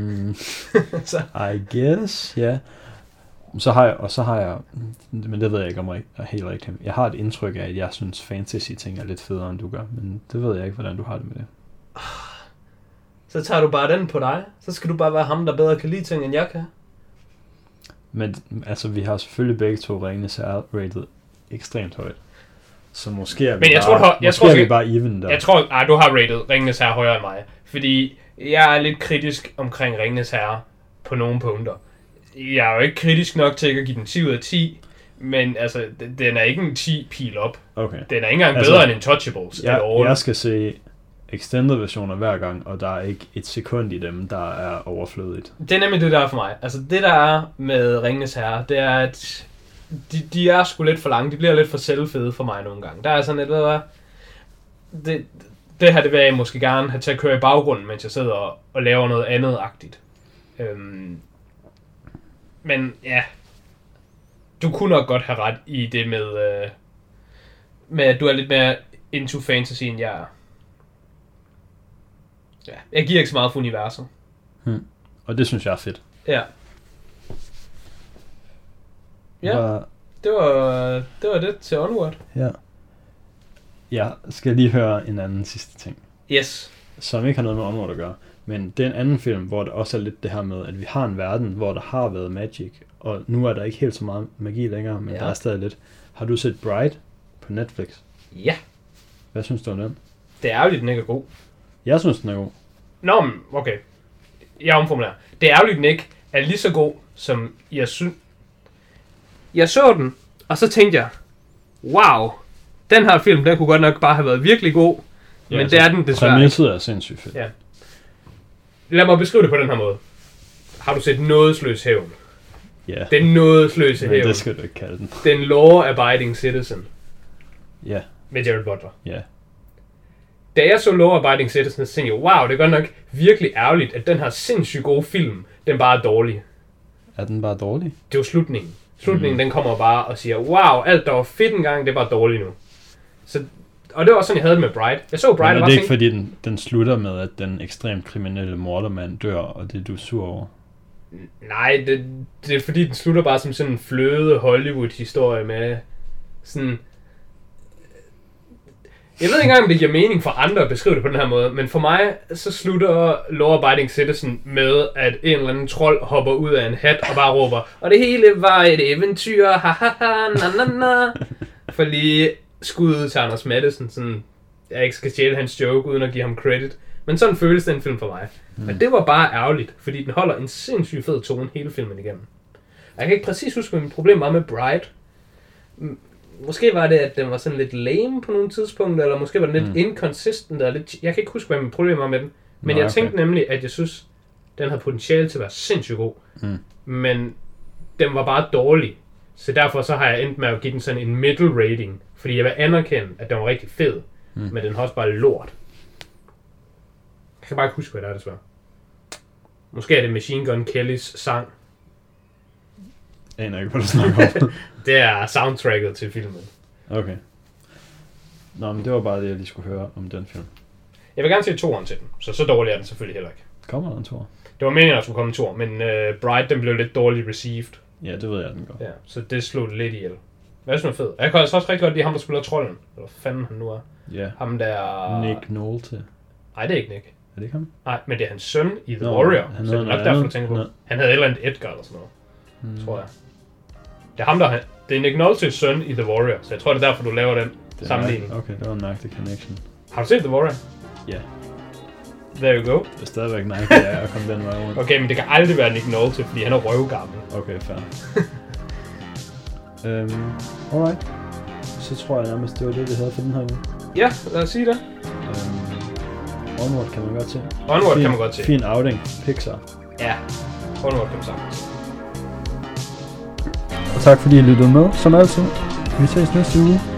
I guess, ja. Så har jeg, men det ved jeg ikke om helt rigtigt. Jeg har et indtryk af, at jeg synes fantasy-ting er lidt federe, end du gør. Men det ved jeg ikke, hvordan du har det med det. Så tager du bare den på dig. Så skal du bare være ham, der bedre kan lide ting, end jeg kan. Men altså, vi har selvfølgelig begge to Ringenes Herre rated ekstremt højt. Så måske er vi bare even der. Jeg tror, du har rated Ringenes Herre højere end mig. Fordi jeg er lidt kritisk omkring Ringenes Herre på nogle punkter. Jeg er jo ikke kritisk nok til ikke at give den 10 ud af 10, men altså, den er ikke en 10 pil op. Okay. Den er ikke engang bedre end Intouchables. Jeg skal se extended versioner hver gang, og der er ikke et sekund i dem, der er overflødigt. Det er nemlig det, der er for mig. Altså, det der er med Ringenes Herre, det er, at de er sgu lidt for lange. De bliver lidt for selvfede for mig nogle gange. Der er sådan lidt, ved du hvad, det her, det vil jeg måske gerne have til at køre i baggrunden, mens jeg sidder og laver noget andet-agtigt. Men ja, du kunne nok godt have ret i det med at du er lidt mere into fantasy, end jeg er. Ja, jeg giver ikke så meget for universet. Og det synes jeg er fedt. Ja. Ja, det var det til Onward. Ja. Jeg skal lige høre en anden sidste ting. Yes. Som ikke har noget med Onward at gøre. Men det er en anden film, hvor der også er lidt det her med, at vi har en verden, hvor der har været magic, og nu er der ikke helt så meget magi længere, men der er stadig lidt. Har du set Bright på Netflix? Ja. Hvad synes du om den? Det er ærgerligt, den ikke er god. Jeg synes, den er god. Nå, okay. Jeg omformulerer. Det er ærgerligt, den ikke er lige så god, som jeg synes. Jeg så den, og så tænkte jeg, wow, den her film, den kunne godt nok bare have været virkelig god, men altså, det er den desværre. Præmisset er sindssygt fedt. Ja. Lad mig beskrive det på den her måde. Har du set Nådesløs hævn? Ja. Den nådesløse hævn. Det skal du ikke kalde den. Den law-abiding citizen. Ja. Med Jared Butler. Ja. Da jeg så law-abiding citizen, så tænkte jeg, wow, det er godt nok virkelig ærgerligt, at den her sindssygt gode film, den bare er dårlig. Er den bare dårlig? Det er jo slutningen. Slutningen, den kommer bare og siger, wow, alt der var fedt engang, det er bare dårligt nu. Så, og det var også sådan, jeg havde det med Bright. Jeg så Bright og bare tænkte... det er ikke fordi, den slutter med, at den ekstremt kriminelle mordermand dør, og det er du sur over? Nej, det er fordi, den slutter bare som sådan en fløde Hollywood-historie med sådan... Jeg ved ikke engang, om det giver mening for andre at beskrive det på den her måde, men for mig, så slutter Law-Abiding Citizen med, at en eller anden trold hopper ud af en hat og bare råber, og det hele var et eventyr, ha ha ha, na na na. For lige skuddet til Anders Matthesen, sådan, jeg ikke skal stjæle hans joke, uden at give ham credit. Men sådan føles den film for mig. Men det var bare ærgerligt, fordi den holder en sindssygt fed tone hele filmen igennem. Jeg kan ikke præcis huske, hvad mit problem var med Bright. Måske var det, at den var sådan lidt lame på nogle tidspunkter, eller måske var den lidt inconsistent, eller lidt... Jeg kan ikke huske, hvad mit problem var med den. Men jeg tænkte nemlig, at jeg synes, den havde potentiale til at være sindssygt god. Men den var bare dårlig. Så derfor så har jeg endt med at give den sådan en middle rating. Fordi jeg vil anerkende, at den var rigtig fed. Men den har også bare lort. Jeg kan bare ikke huske, hvad det er, desværre. Måske er det Machine Gun Kellys sang. Jeg aner ikke, hvad du snakker om. Det er soundtracket til filmen. Okay. Nå, men det var bare det, jeg lige skulle høre om den film. Jeg vil gerne se toeren til den, så dårlig er den selvfølgelig heller ikke. Kommer der en toer? Det var meningen, at der skulle komme en toer, men Bright, den blev lidt dårligt received. Ja, det ved jeg, den gør. Ja, så det slog det lidt ihjel. Hvad er sådan fed? Jeg kan også rigtig godt lide ham, der spiller trolden. Eller hvad fanden han nu er. Ja. Ham der... Nick Nolte. Nej, det er ikke Nick. Er det ikke ham? Nej, men det er hans søn i The Warrior. Så det er nok derfor, du tænker på. Han havde et eller andet Edgar eller sådan noget. Tror jeg. Det er ham, der... Det er Nick Noltes søn i The Warrior, så jeg tror, det er derfor, du laver den sammenligning. Okay, det var en mærkelig connection. Har du set The Warrior? Ja. There you go. Det er stadigvæk mærkeligt, at jeg kom den vej rundt. Okay, men det kan aldrig være Nick Nolte, fordi han er røvgammel. Okay, fair. Alright. Så tror jeg nærmest, det var det, vi havde for den her uge. Ja, lad os sige det. Onward kan man godt se. Onward kan man godt se. Fin outing. Pixar. Ja, Onward kan man sagtens se. Og tak fordi I lyttede med, som altid. Vi ses næste uge.